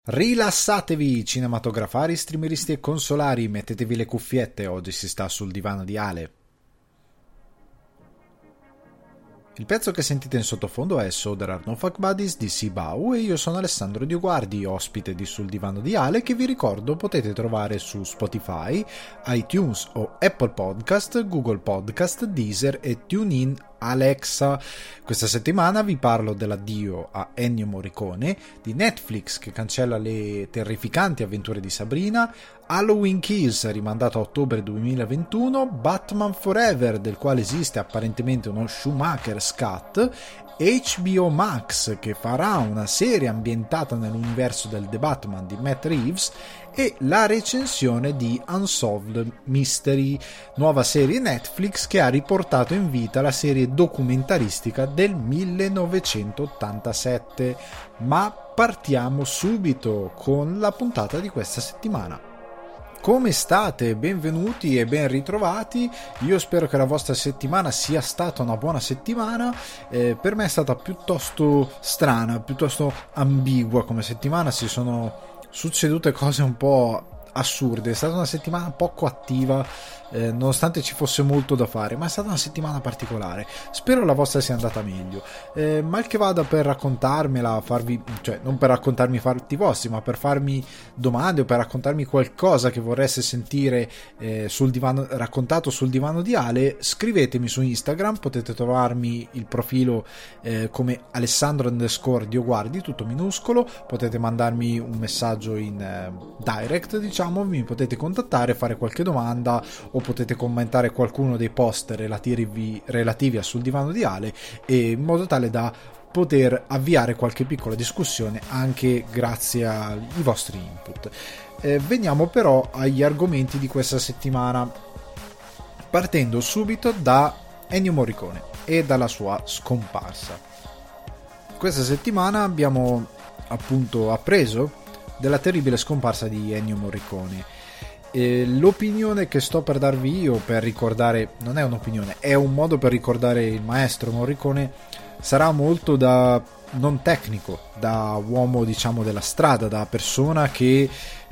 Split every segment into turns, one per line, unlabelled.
Rilassatevi, cinematografari, streameristi e consolari, mettetevi le cuffiette, oggi si sta sul divano di Ale. Il pezzo che sentite in sottofondo è So There Are No Fuck Buddies di Sibau e io sono Alessandro Dioguardi, ospite di Sul Divano di Ale, che vi ricordo potete trovare su Spotify, iTunes o Apple Podcast, Google Podcast, Deezer e TuneIn Alexa. Questa settimana vi parlo dell'addio a Ennio Morricone, di Netflix che cancella le terrificanti avventure di Sabrina, Halloween Kills rimandato a ottobre 2021, Batman Forever del quale esiste apparentemente uno Schumacher's Cut, HBO Max che farà una serie ambientata nell'universo del The Batman di Matt Reeves e la recensione di Unsolved Mystery, nuova serie Netflix che ha riportato in vita la serie documentaristica del 1987. Ma partiamo subito con la puntata di questa settimana. Come state? Benvenuti e ben ritrovati. Io spero che la vostra settimana sia stata una buona settimana. Per me è stata piuttosto strana, piuttosto ambigua come settimana. Si sono succedute cose un po' assurde. È stata una settimana poco attiva, nonostante ci fosse molto da fare, ma è stata una settimana particolare. Spero la vostra sia andata meglio. Mal che vada, per raccontarmela, non per raccontarmi i fatti vostri, ma per farmi domande o per raccontarmi qualcosa che vorreste sentire raccontato sul divano di Ale, scrivetemi su Instagram. Potete trovarmi il profilo come Alessandro_Dioguardi, tutto minuscolo. Potete mandarmi un messaggio in direct, diciamo, mi potete contattare, fare qualche domanda o potete commentare qualcuno dei post relativi a Sul Divano di Ale, e in modo tale da poter avviare qualche piccola discussione anche grazie ai vostri input. Veniamo però agli argomenti di questa settimana, partendo subito da Ennio Morricone e dalla sua scomparsa. Questa settimana abbiamo appunto appreso della terribile scomparsa di Ennio Morricone. L'opinione che sto per darvi io, per ricordare, non è un'opinione, è un modo per ricordare il maestro Morricone, sarà molto da non tecnico, da uomo, diciamo, della strada, da persona che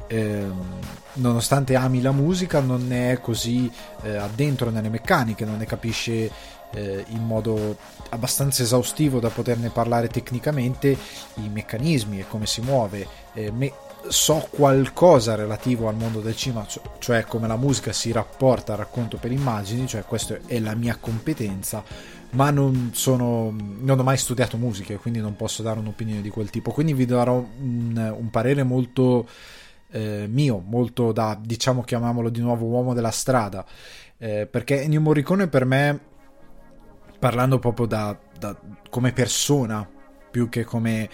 nonostante ami la musica non ne è così addentro nelle meccaniche, non ne capisce in modo abbastanza esaustivo da poterne parlare tecnicamente i meccanismi e come si muove. So qualcosa relativo al mondo del cinema, cioè come la musica si rapporta al racconto per immagini, cioè questa è la mia competenza, ma non ho mai studiato musica e quindi non posso dare un'opinione di quel tipo, quindi vi darò un parere molto mio, molto da, diciamo, chiamiamolo di nuovo uomo della strada, perché Ennio Morricone per me, parlando proprio da come persona più che come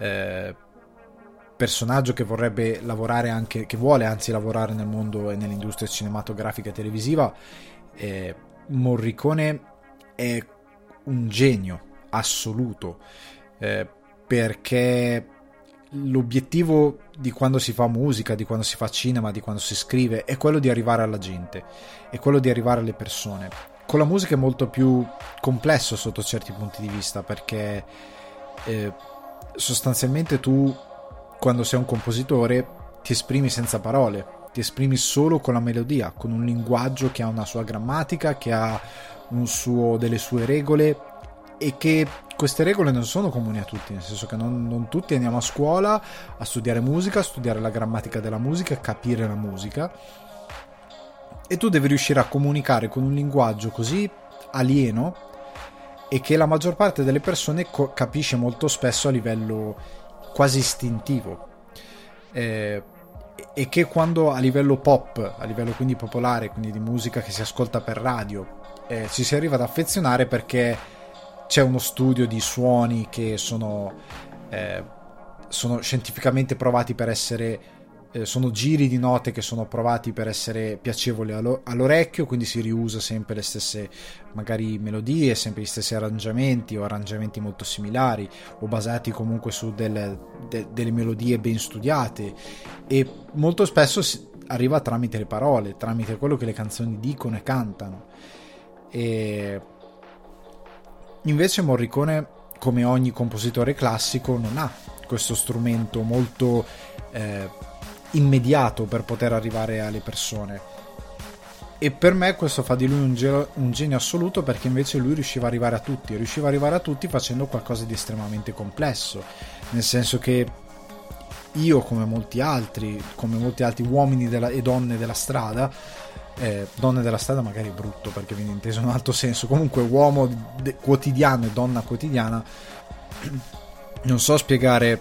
personaggio che vorrebbe lavorare anche, che vuole anzi lavorare nel mondo e nell'industria cinematografica e televisiva, Morricone è un genio assoluto, perché l'obiettivo di quando si fa musica, di quando si fa cinema, di quando si scrive, è quello di arrivare alla gente, è quello di arrivare alle persone. Con la musica è molto più complesso sotto certi punti di vista, perché sostanzialmente tu, quando sei un compositore, ti esprimi senza parole, ti esprimi solo con la melodia, con un linguaggio che ha una sua grammatica, che ha delle sue regole, e che queste regole non sono comuni a tutti, nel senso che non tutti andiamo a scuola a studiare musica, a studiare la grammatica della musica, a capire la musica, e tu devi riuscire a comunicare con un linguaggio così alieno e che la maggior parte delle persone capisce molto spesso a livello quasi istintivo, e che quando a livello pop, a livello quindi popolare, quindi di musica che si ascolta per radio, ci si arriva ad affezionare perché c'è uno studio di suoni che sono scientificamente provati per essere, sono giri di note che sono provati per essere piacevoli all'orecchio, quindi si riusa sempre le stesse magari melodie, sempre gli stessi arrangiamenti o arrangiamenti molto similari o basati comunque su delle melodie ben studiate, e molto spesso arriva tramite le parole, tramite quello che le canzoni dicono e cantano. E invece Morricone, come ogni compositore classico, non ha questo strumento molto immediato per poter arrivare alle persone, e per me questo fa di lui un genio assoluto, perché invece lui riusciva ad arrivare a tutti facendo qualcosa di estremamente complesso, nel senso che io, come molti altri uomini e donne della strada, donne della strada magari è brutto perché viene inteso in un altro senso, comunque uomo quotidiano e donna quotidiana, non so spiegare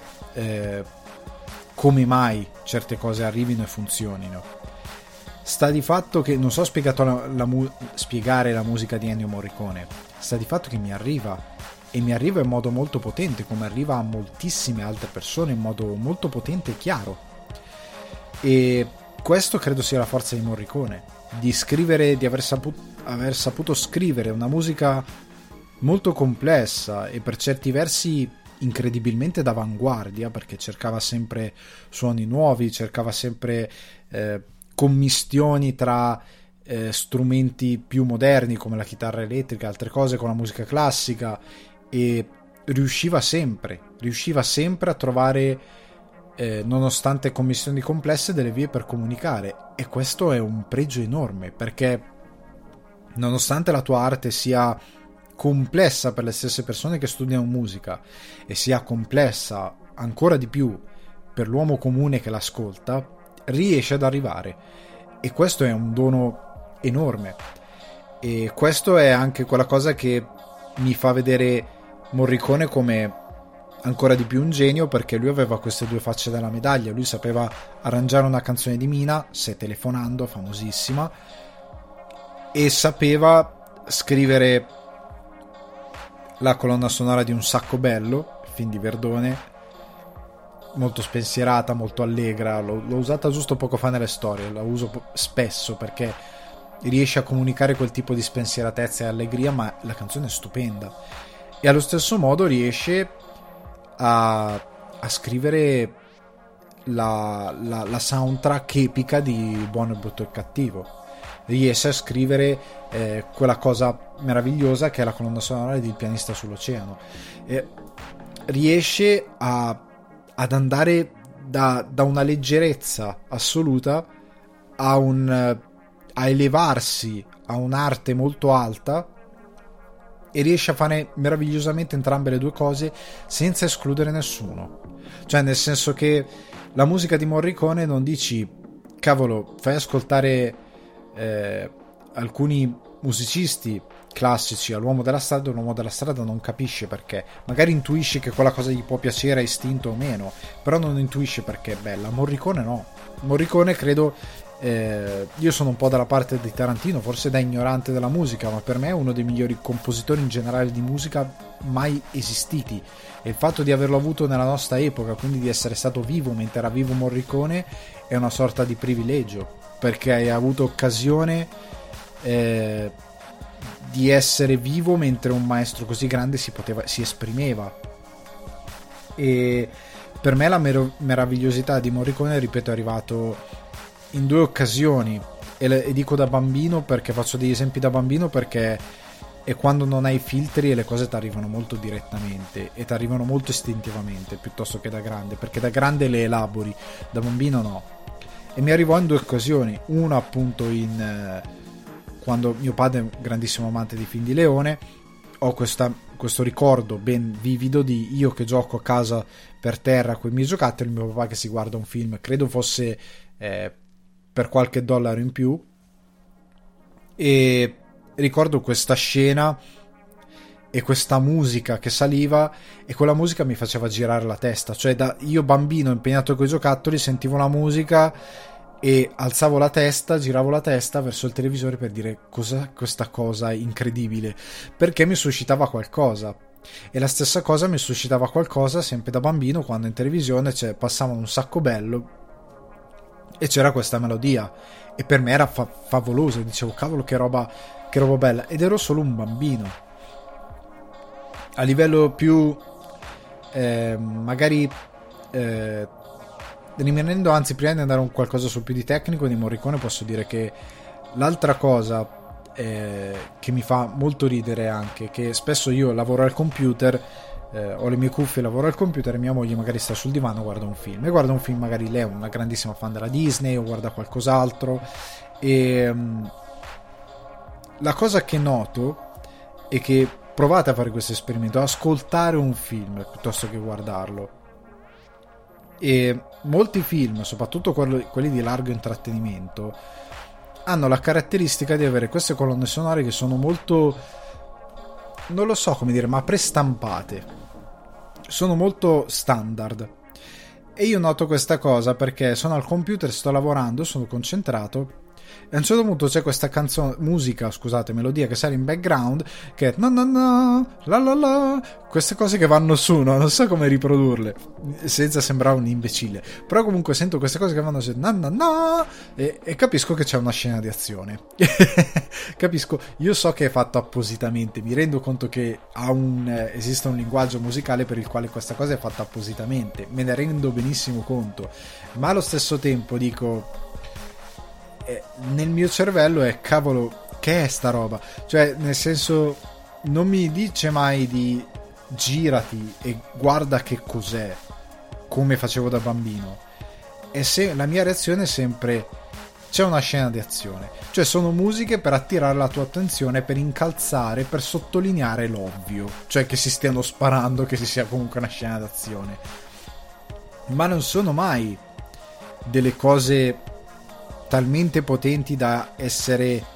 come mai certe cose arrivino e funzionino. Sta di fatto che non so spiegare la musica di Ennio Morricone, sta di fatto che mi arriva, e mi arriva in modo molto potente, come arriva a moltissime altre persone in modo molto potente e chiaro. E questo credo sia la forza di Morricone, di scrivere, di aver saputo scrivere una musica molto complessa e per certi versi incredibilmente d'avanguardia, perché cercava sempre suoni nuovi, cercava sempre commistioni tra strumenti più moderni come la chitarra elettrica, altre cose con la musica classica, e riusciva sempre a trovare, nonostante commissioni complesse, delle vie per comunicare, e questo è un pregio enorme, perché nonostante la tua arte sia complessa per le stesse persone che studiano musica e sia complessa ancora di più per l'uomo comune che l'ascolta, riesce ad arrivare, e questo è un dono enorme. E questo è anche quella cosa che mi fa vedere Morricone come ancora di più un genio, perché lui aveva queste due facce della medaglia. Lui sapeva arrangiare una canzone di Mina, Se telefonando, famosissima, e sapeva scrivere la colonna sonora di Un sacco bello, film di Verdone, molto spensierata, molto allegra. L'ho usata giusto poco fa nelle storie, la uso spesso perché riesce a comunicare quel tipo di spensieratezza e allegria, ma la canzone è stupenda. E allo stesso modo riesce a scrivere la soundtrack epica di Buono, il brutto e il cattivo. Riesce a scrivere quella cosa meravigliosa che è la colonna sonora di Il pianista sull'oceano. Riesce ad andare da una leggerezza assoluta a elevarsi a un'arte molto alta, e riesce a fare meravigliosamente entrambe le due cose senza escludere nessuno. Cioè, nel senso che la musica di Morricone non dici cavolo, fai ascoltare alcuni musicisti classici all'uomo della strada, l'uomo della strada non capisce perché, magari intuisce che quella cosa gli può piacere a istinto o meno, però non intuisce perché è bella. Morricone no. Morricone credo, io sono un po' dalla parte di Tarantino, forse da ignorante della musica, ma per me è uno dei migliori compositori in generale di musica mai esistiti, e il fatto di averlo avuto nella nostra epoca, quindi di essere stato vivo mentre era vivo Morricone, è una sorta di privilegio, perché hai avuto occasione di essere vivo mentre un maestro così grande si esprimeva. E per me la meravigliosità di Morricone, ripeto, è arrivato in due occasioni, e dico da bambino perché faccio degli esempi da bambino, perché è quando non hai filtri e le cose ti arrivano molto direttamente e ti arrivano molto istintivamente, piuttosto che da grande, perché da grande le elabori, da bambino no. E mi arrivò in due occasioni, una appunto quando mio padre è un grandissimo amante di film di Leone, ho questo ricordo ben vivido di io che gioco a casa per terra con i miei giocattoli, mio papà che si guarda un film, credo fosse per qualche dollaro in più, e ricordo questa scena e questa musica che saliva, e quella musica mi faceva girare la testa, cioè io bambino impegnato coi giocattoli sentivo la musica e alzavo la testa, giravo la testa verso il televisore per dire cos'è questa cosa incredibile, perché mi suscitava qualcosa. E la stessa cosa mi suscitava qualcosa sempre da bambino quando in televisione passavano Un sacco bello e c'era questa melodia, e per me era favoloso, dicevo cavolo che roba bella, ed ero solo un bambino. A livello più magari rimanendo, anzi prima di andare a qualcosa sul più di tecnico di Morricone, posso dire che l'altra cosa che mi fa molto ridere, anche che spesso io lavoro al computer, ho le mie cuffie, lavoro al computer e mia moglie magari sta sul divano, guarda un film, magari lei è una grandissima fan della Disney o guarda qualcos'altro, e la cosa che noto è che provate a fare questo esperimento, ascoltare un film piuttosto che guardarlo, e molti film, soprattutto quelli di largo intrattenimento, hanno la caratteristica di avere queste colonne sonore che sono molto, non lo so come dire, ma prestampate, sono molto standard. E io noto questa cosa perché sono al computer, sto lavorando, sono concentrato, e a un certo punto c'è questa melodia che sale in background, che è na na na, la la la, queste cose che vanno su, no? Non so come riprodurle senza sembrare un imbecille, però comunque sento queste cose che vanno su, na na na, e capisco che c'è una scena di azione. Capisco, io so che è fatto appositamente, mi rendo conto che esiste un linguaggio musicale per il quale questa cosa è fatta appositamente, me ne rendo benissimo conto, ma allo stesso tempo dico, nel mio cervello è, cavolo, che è sta roba? Cioè, nel senso, non mi dice mai di girati e guarda che cos'è, come facevo da bambino, e se la mia reazione è sempre, c'è una scena di azione, cioè sono musiche per attirare la tua attenzione, per incalzare, per sottolineare l'ovvio, cioè che si stiano sparando, che ci sia comunque una scena d'azione, ma non sono mai delle cose talmente potenti da essere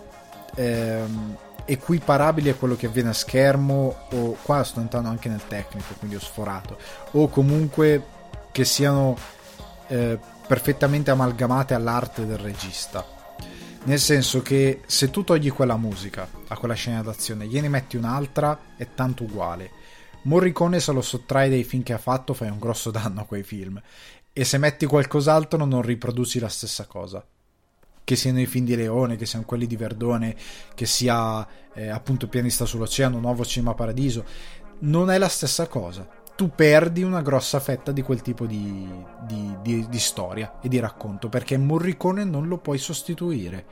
equiparabili a quello che avviene a schermo, o qua sto entrando anche nel tecnico, quindi ho sforato, o comunque che siano perfettamente amalgamate all'arte del regista, nel senso che se tu togli quella musica a quella scena d'azione, gliene metti un'altra, è tanto uguale. Morricone, se lo sottrai dai film che ha fatto, fai un grosso danno a quei film, e se metti qualcos'altro non riproduci la stessa cosa, che siano i film di Leone, che siano quelli di Verdone, che sia appunto Pianista sull'oceano, Nuovo Cinema Paradiso, non è la stessa cosa, tu perdi una grossa fetta di quel tipo di storia e di racconto, perché Morricone non lo puoi sostituire,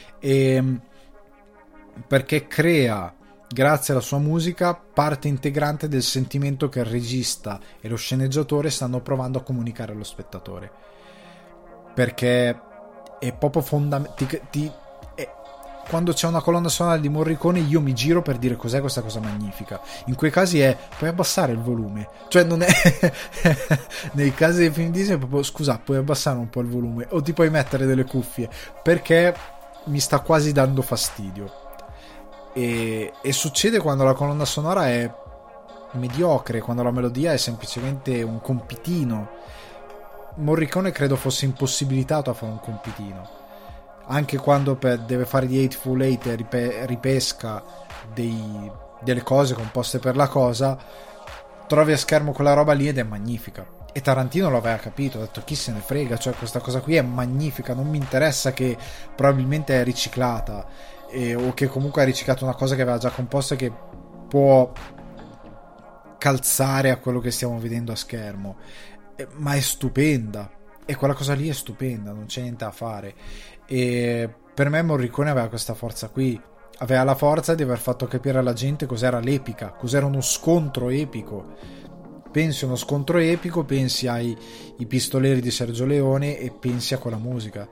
perché crea, grazie alla sua musica, parte integrante del sentimento che il regista e lo sceneggiatore stanno provando a comunicare allo spettatore, perché è proprio fondamentale. Quando c'è una colonna sonora di Morricone io mi giro per dire cos'è questa cosa magnifica. In quei casi puoi abbassare il volume, cioè non è nei casi dei film Disney è proprio, scusa, puoi abbassare un po' il volume o ti puoi mettere delle cuffie, perché mi sta quasi dando fastidio. E succede quando la colonna sonora è mediocre, quando la melodia è semplicemente un compitino. Morricone credo fosse impossibilitato a fare un compitino, anche quando deve fare di Hateful Eight e ripesca delle cose composte per la cosa, trovi a schermo quella roba lì ed è magnifica. E Tarantino lo aveva capito, ha detto chi se ne frega, cioè questa cosa qui è magnifica, non mi interessa che probabilmente è riciclata, o che comunque ha riciclato una cosa che aveva già composto e che può calzare a quello che stiamo vedendo a schermo, ma è stupenda, e quella cosa lì è stupenda, non c'è niente da fare. E per me Morricone aveva questa forza qui, aveva la forza di aver fatto capire alla gente cos'era l'epica, cos'era uno scontro epico. Pensi a uno scontro epico, pensi ai Pistoleri di Sergio Leone e pensi a quella musica,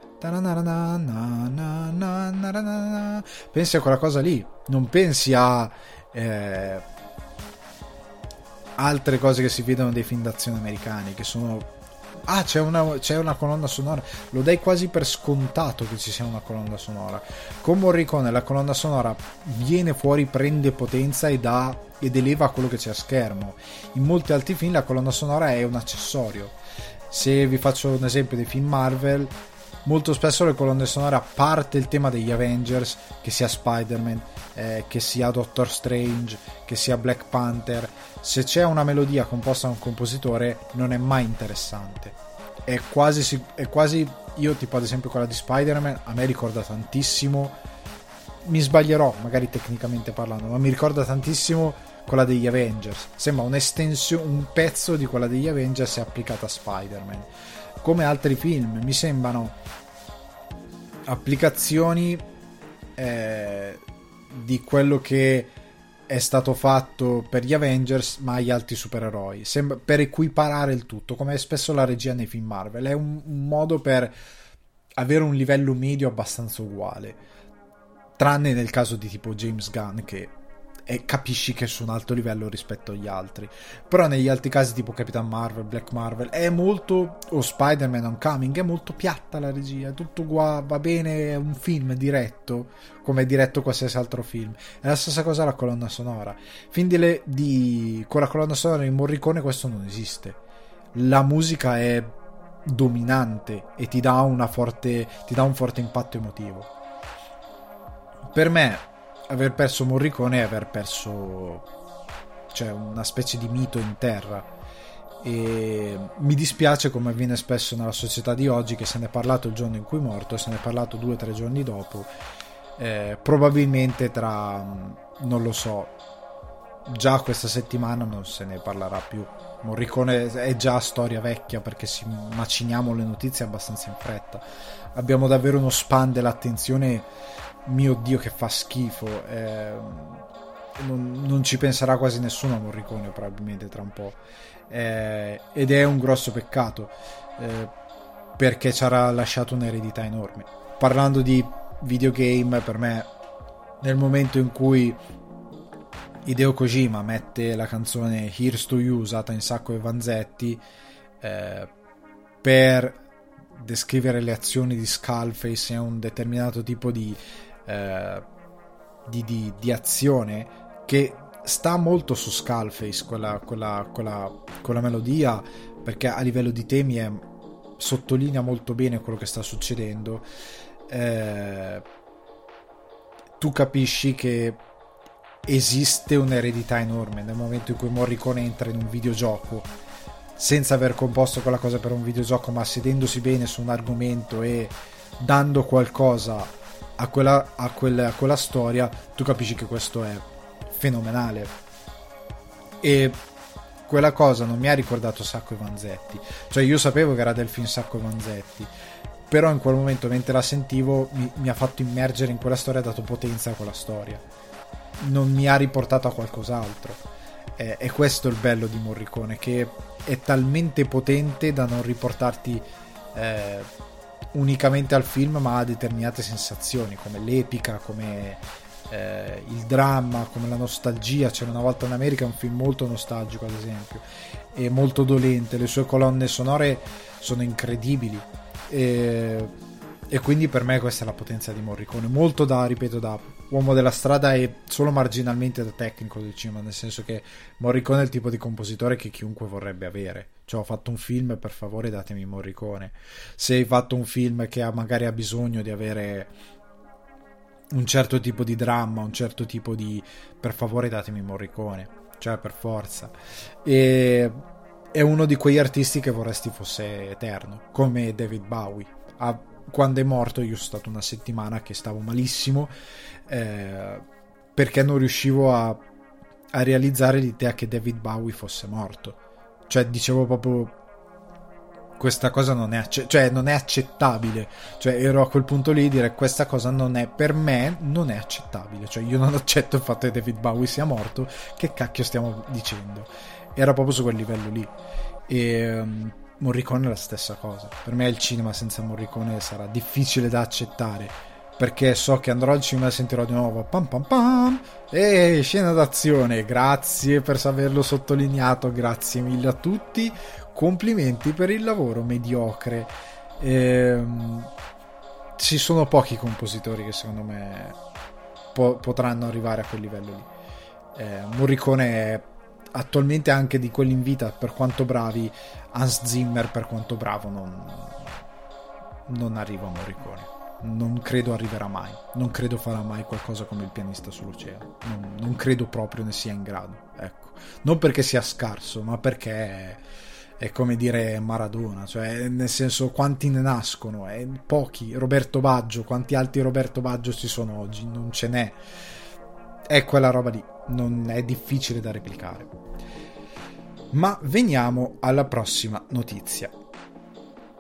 pensi a quella cosa lì, non pensi a altre cose che si vedono dei film d'azione americani, che sono c'è una colonna sonora, lo dai quasi per scontato che ci sia una colonna sonora. Con Morricone la colonna sonora viene fuori, prende potenza ed eleva quello che c'è a schermo. In molti altri film la colonna sonora è un accessorio. Se vi faccio un esempio dei film Marvel, molto spesso le colonne sonore, a parte il tema degli Avengers, che sia Spider-Man, che sia Doctor Strange, che sia Black Panther, se c'è una melodia composta da un compositore non è mai interessante, è quasi io tipo ad esempio quella di Spider-Man a me ricorda tantissimo, mi sbaglierò magari tecnicamente parlando, ma mi ricorda tantissimo quella degli Avengers, sembra un'estensione, un pezzo di quella degli Avengers è applicata a Spider-Man. Come altri film mi sembrano applicazioni di quello che è stato fatto per gli Avengers, ma agli altri supereroi, per equiparare il tutto, come spesso la regia nei film Marvel. È un modo per avere un livello medio abbastanza uguale, tranne nel caso di tipo James Gunn, che capisci che è su un alto livello rispetto agli altri. Però negli altri casi tipo Capitan Marvel, Black Marvel è molto, o Spider-Man Homecoming, è molto piatta la regia, è tutto va bene, è un film diretto come è diretto qualsiasi altro film. È la stessa cosa la colonna sonora. Con la colonna sonora di Morricone questo non esiste. La musica è dominante e ti dà un forte impatto emotivo. Per me aver perso Morricone è aver perso, cioè, una specie di mito in terra, e mi dispiace, come avviene spesso nella società di oggi, che se ne è parlato il giorno in cui è morto, se ne è parlato 2 o 3 giorni dopo, probabilmente tra, non lo so, già questa settimana non se ne parlerà più. Morricone è già storia vecchia, perché maciniamo le notizie abbastanza in fretta. Abbiamo davvero uno span dell'attenzione, mio Dio, che fa schifo. Non ci penserà quasi nessuno a Morricone probabilmente tra un po', ed è un grosso peccato, perché ci ha lasciato un'eredità enorme. Parlando di videogame, per me, nel momento in cui Hideo Kojima mette la canzone Here's to You usata in Sacco e Vanzetti per descrivere le azioni di Skullface e un determinato tipo di azione che sta molto su Skullface, quella melodia, perché a livello di temi sottolinea molto bene quello che sta succedendo. Tu capisci che esiste un'eredità enorme nel momento in cui Morricone entra in un videogioco senza aver composto quella cosa per un videogioco, ma sedendosi bene su un argomento e dando qualcosa a quella storia. Tu capisci che questo è fenomenale, e quella cosa non mi ha ricordato Sacco e Vanzetti. Cioè, io sapevo che era del film Sacco e Vanzetti, però in quel momento, mentre la sentivo, mi ha fatto immergere in quella storia, ha dato potenza a quella storia, non mi ha riportato a qualcos'altro. E questo è il bello di Morricone, che è talmente potente da non riportarti unicamente al film, ma a determinate sensazioni, come l'epica, come il dramma, come la nostalgia. C'era una volta in America, un film molto nostalgico, ad esempio, e molto dolente. Le sue colonne sonore sono incredibili, e quindi per me questa è la potenza di Morricone, molto da uomo della strada e solo marginalmente da tecnico del cinema, nel senso che Morricone è il tipo di compositore che chiunque vorrebbe avere. Cioè, ho fatto un film, per favore datemi Morricone. Se hai fatto un film che magari ha bisogno di avere un certo tipo di dramma, un certo tipo di, per favore datemi Morricone, cioè per forza. E è uno di quegli artisti che vorresti fosse eterno, come David Bowie. Quando è morto io sono stato una settimana che stavo malissimo, perché non riuscivo a realizzare l'idea che David Bowie fosse morto. Cioè, dicevo proprio, questa cosa non è non è accettabile. Cioè, ero a quel punto lì di dire, questa cosa non è, per me non è accettabile. Cioè, io non accetto il fatto che David Bowie sia morto. Che cacchio stiamo dicendo? Era proprio su quel livello lì. E Morricone è la stessa cosa. Per me il cinema senza Morricone sarà difficile da accettare, perché so che andrò al cinema e sentirò di nuovo pam pam pam e scena d'azione. Grazie per averlo sottolineato, grazie mille a tutti, complimenti per il lavoro mediocre. Ci sono pochi compositori che secondo me potranno arrivare a quel livello lì. Morricone è attualmente anche di quelli in vita, per quanto bravi. Hans Zimmer, per quanto bravo, non arriva a Morricone. Non credo arriverà mai. Non credo farà mai qualcosa come il pianista sull'oceano. Non credo proprio ne sia in grado. Ecco. Non perché sia scarso, ma perché è come dire Maradona. Cioè, nel senso, quanti ne nascono? Pochi. Roberto Baggio, quanti altri Roberto Baggio ci sono oggi? Non ce n'è. È quella roba lì. Non è difficile da replicare. Ma veniamo alla prossima notizia.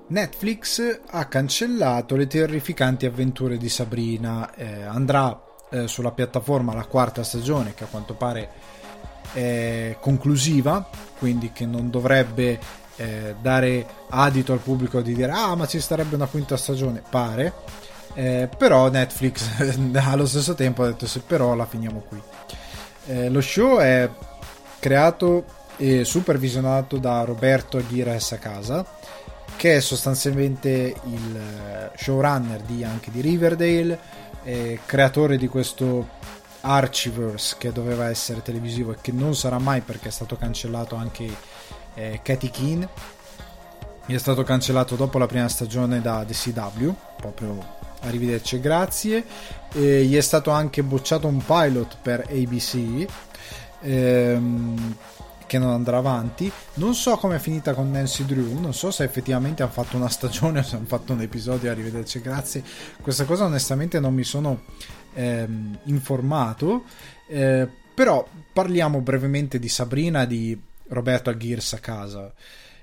Netflix ha cancellato le terrificanti avventure di Sabrina. Andrà sulla piattaforma la quarta stagione, che a quanto pare è conclusiva, quindi che non dovrebbe dare adito al pubblico di dire ma ci starebbe una quinta stagione, pare. Però Netflix allo stesso tempo ha detto se però la finiamo qui. Lo show è creato e supervisionato da Roberto Aguirre Sacasa, che è sostanzialmente il showrunner anche di Riverdale, creatore di questo Archivers che doveva essere televisivo e che non sarà mai perché è stato cancellato anche Katy Keene. È stato cancellato dopo la prima stagione da The CW, proprio arrivederci e grazie. Gli è stato anche bocciato un pilot per ABC che non andrà avanti. Non so come è finita con Nancy Drew, non so se effettivamente hanno fatto una stagione o se hanno fatto un episodio, arrivederci e grazie. Questa cosa onestamente non mi sono informato, però parliamo brevemente di Sabrina di Roberto Aguirre Sacasa.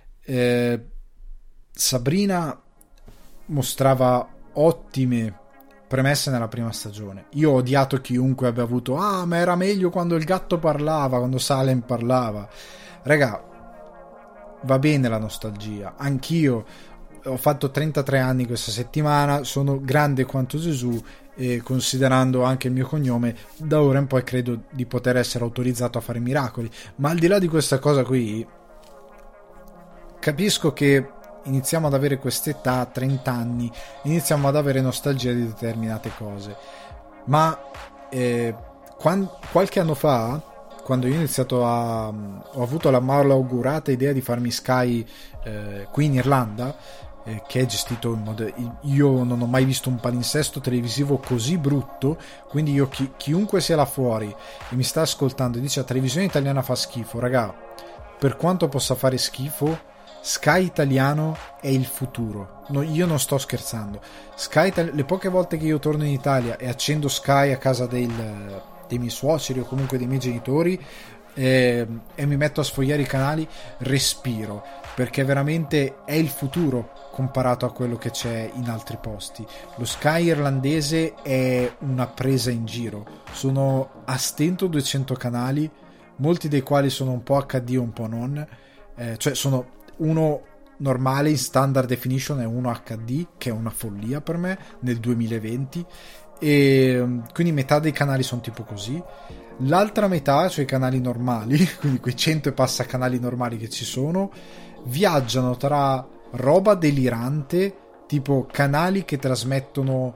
Sabrina mostrava ottime premesse nella prima stagione. Io ho odiato chiunque abbia avuto ma era meglio quando il gatto parlava, quando Salem parlava. Raga, va bene la nostalgia, anch'io ho fatto 33 anni questa settimana, sono grande quanto Gesù e considerando anche il mio cognome, da ora in poi credo di poter essere autorizzato a fare miracoli. Ma al di là di questa cosa qui, capisco che iniziamo ad avere quest'età, 30 anni, iniziamo ad avere nostalgia di determinate cose, ma qualche anno fa, quando io ho iniziato ho avuto la malaugurata idea di farmi Sky qui in Irlanda, che è gestito in modo, io non ho mai visto un palinsesto televisivo così brutto, quindi io chiunque sia là fuori e mi sta ascoltando e dice la televisione italiana fa schifo, raga, per quanto possa fare schifo, Sky italiano è il futuro. No, io non sto scherzando. Le poche volte che io torno in Italia e accendo Sky a casa dei miei suoceri o comunque dei miei genitori e mi metto a sfogliare i canali, respiro, perché veramente è il futuro comparato a quello che c'è in altri posti. Lo Sky irlandese è una presa in giro. Sono a stento 200 canali, molti dei quali sono un po' HD un po' non, cioè sono uno normale in standard definition e uno HD, che è una follia per me nel 2020, e quindi metà dei canali sono tipo così, l'altra metà, cioè i canali normali, quindi quei 100 e passa canali normali che ci sono, viaggiano tra roba delirante, tipo canali che trasmettono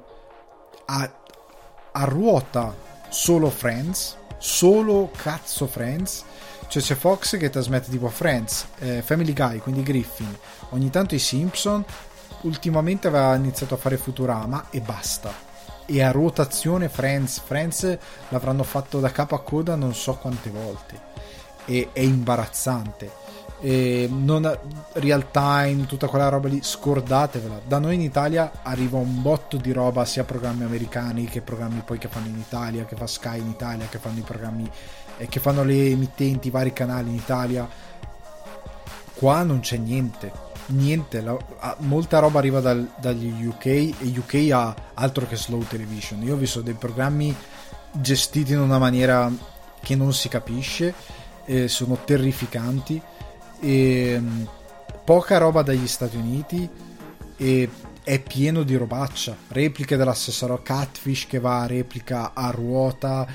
a ruota solo Friends, solo cazzo Friends. Cioè c'è Fox che trasmette tipo Friends, Family Guy, quindi Griffin, ogni tanto i Simpson, ultimamente aveva iniziato a fare Futurama e basta, e a rotazione Friends l'avranno fatto da capo a coda non so quante volte, e è imbarazzante, e non real time, tutta quella roba lì, scordatevela. Da noi in Italia arriva un botto di roba, sia programmi americani che programmi poi che fanno in Italia, che fa Sky in Italia, che fanno i programmi che fanno le emittenti, i vari canali in Italia. Qua non c'è niente, molta roba arriva dagli UK, e UK ha altro che slow television. Io ho visto dei programmi gestiti in una maniera che non si capisce, sono terrificanti, e poca roba dagli Stati Uniti, e è pieno di robaccia, repliche della stessa roba, Catfish che va a replica a ruota,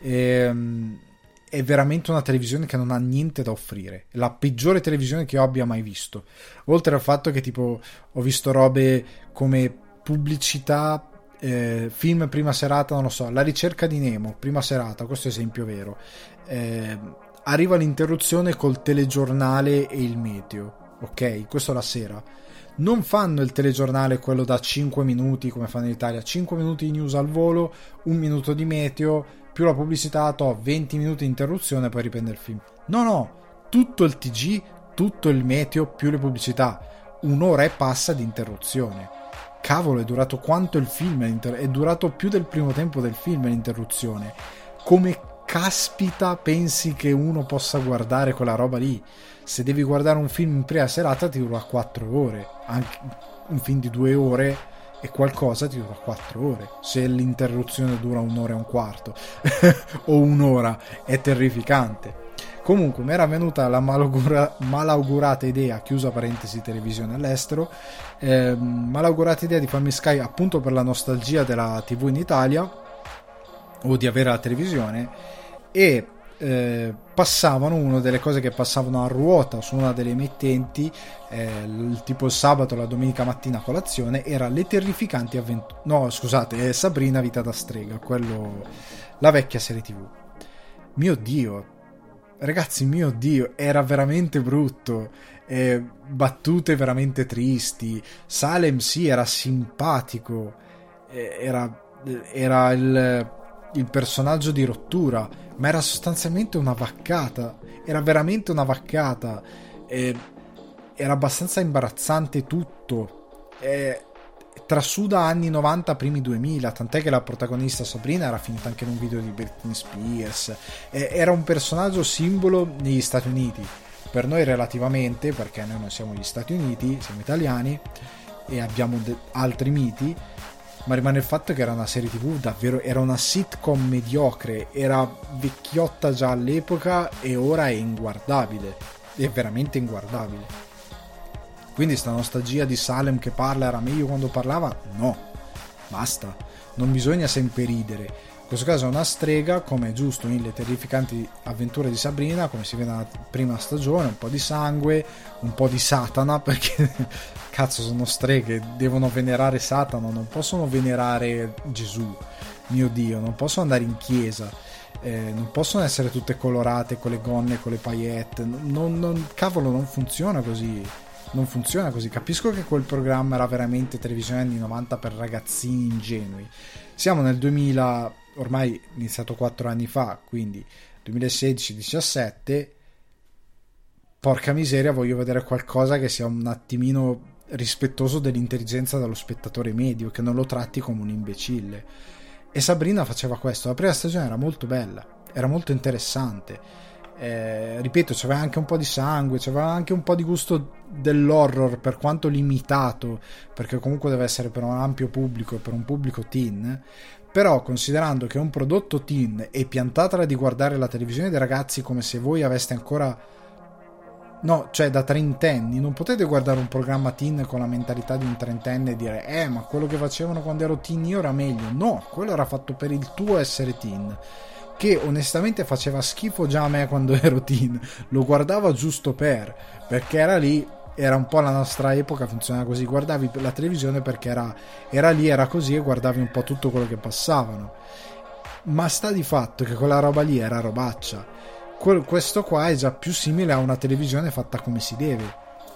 è veramente una televisione che non ha niente da offrire, la peggiore televisione che io abbia mai visto, oltre al fatto che tipo ho visto robe come pubblicità, film prima serata, non lo so, La ricerca di Nemo prima serata, questo è esempio vero, arriva l'interruzione col telegiornale e il meteo, ok, questo la sera. Non fanno il telegiornale quello da 5 minuti come fanno in Italia, 5 minuti di news al volo, 1 minuto di meteo più la pubblicità, 20 minuti di interruzione e poi riprende il film. No, tutto il TG, tutto il meteo più le pubblicità, 1 ora e passa di interruzione. Cavolo, è durato quanto il film, è durato più del primo tempo del film l'interruzione. Come caspita pensi che uno possa guardare quella roba lì? Se devi guardare un film in prima serata ti dura 4 ore, anche un film di 2 ore e qualcosa ti dura 4 ore. Se l'interruzione dura un'ora e un quarto o un'ora è terrificante. Comunque mi era venuta la malaugurata idea, chiusa parentesi televisione all'estero, malaugurata idea di farmi Sky appunto per la nostalgia della TV in Italia o di avere la televisione, e passavano, una delle cose che passavano a ruota su una delle emittenti, tipo il sabato o la domenica mattina a colazione, era le terrificanti avventure, no scusate, Sabrina vita da strega, quello, la vecchia serie TV. Mio Dio, ragazzi, mio Dio, era veramente brutto, battute veramente tristi. Salem sì, era simpatico, era il personaggio di rottura, ma era sostanzialmente una vaccata, era veramente una vaccata, era abbastanza imbarazzante tutto, trasuda anni 90 primi 2000, tant'è che la protagonista Sabrina era finita anche in un video di Britney Spears, era un personaggio simbolo negli Stati Uniti, per noi relativamente, perché noi non siamo gli Stati Uniti, siamo italiani e abbiamo altri miti, ma rimane il fatto che era una serie TV davvero, era una sitcom mediocre, era vecchiotta già all'epoca e ora è inguardabile, è veramente inguardabile. Quindi sta nostalgia di Salem che parla era meglio quando parlava? No, basta, non bisogna sempre ridere. In questo caso è una strega, come è giusto in Le terrificanti avventure di Sabrina, come si vede nella prima stagione, un po' di sangue, un po' di Satana, perché cazzo sono streghe, devono venerare Satana, non possono venerare Gesù, mio Dio, non possono andare in chiesa, non possono essere tutte colorate con le gonne, con le paillette, cavolo, non funziona così. Non funziona così. Capisco che quel programma era veramente televisione anni 90 per ragazzini ingenui. Siamo nel 2000, ormai iniziato 4 anni fa, quindi 2016-17. Porca miseria, voglio vedere qualcosa che sia un attimino rispettoso dell'intelligenza dello spettatore medio, che non lo tratti come un imbecille. E Sabrina faceva questo. La prima stagione era molto bella, era molto interessante. Ripeto, c'aveva anche un po' di sangue, c'aveva anche un po' di gusto dell'horror, per quanto limitato, perché comunque deve essere per un ampio pubblico, per un pubblico teen. Però considerando che è un prodotto teen e piantatela di guardare la televisione dei ragazzi come se voi aveste ancora, no, cioè da trentenni, non potete guardare un programma teen con la mentalità di un trentenne e dire ma quello che facevano quando ero teen io era meglio. No, quello era fatto per il tuo essere teen, che onestamente faceva schifo già a me quando ero teen, lo guardavo giusto perché era lì, era un po' la nostra epoca, funzionava così, guardavi la televisione perché era lì, era così, e guardavi un po' tutto quello che passavano, ma sta di fatto che quella roba lì era robaccia. Questo qua è già più simile a una televisione fatta come si deve,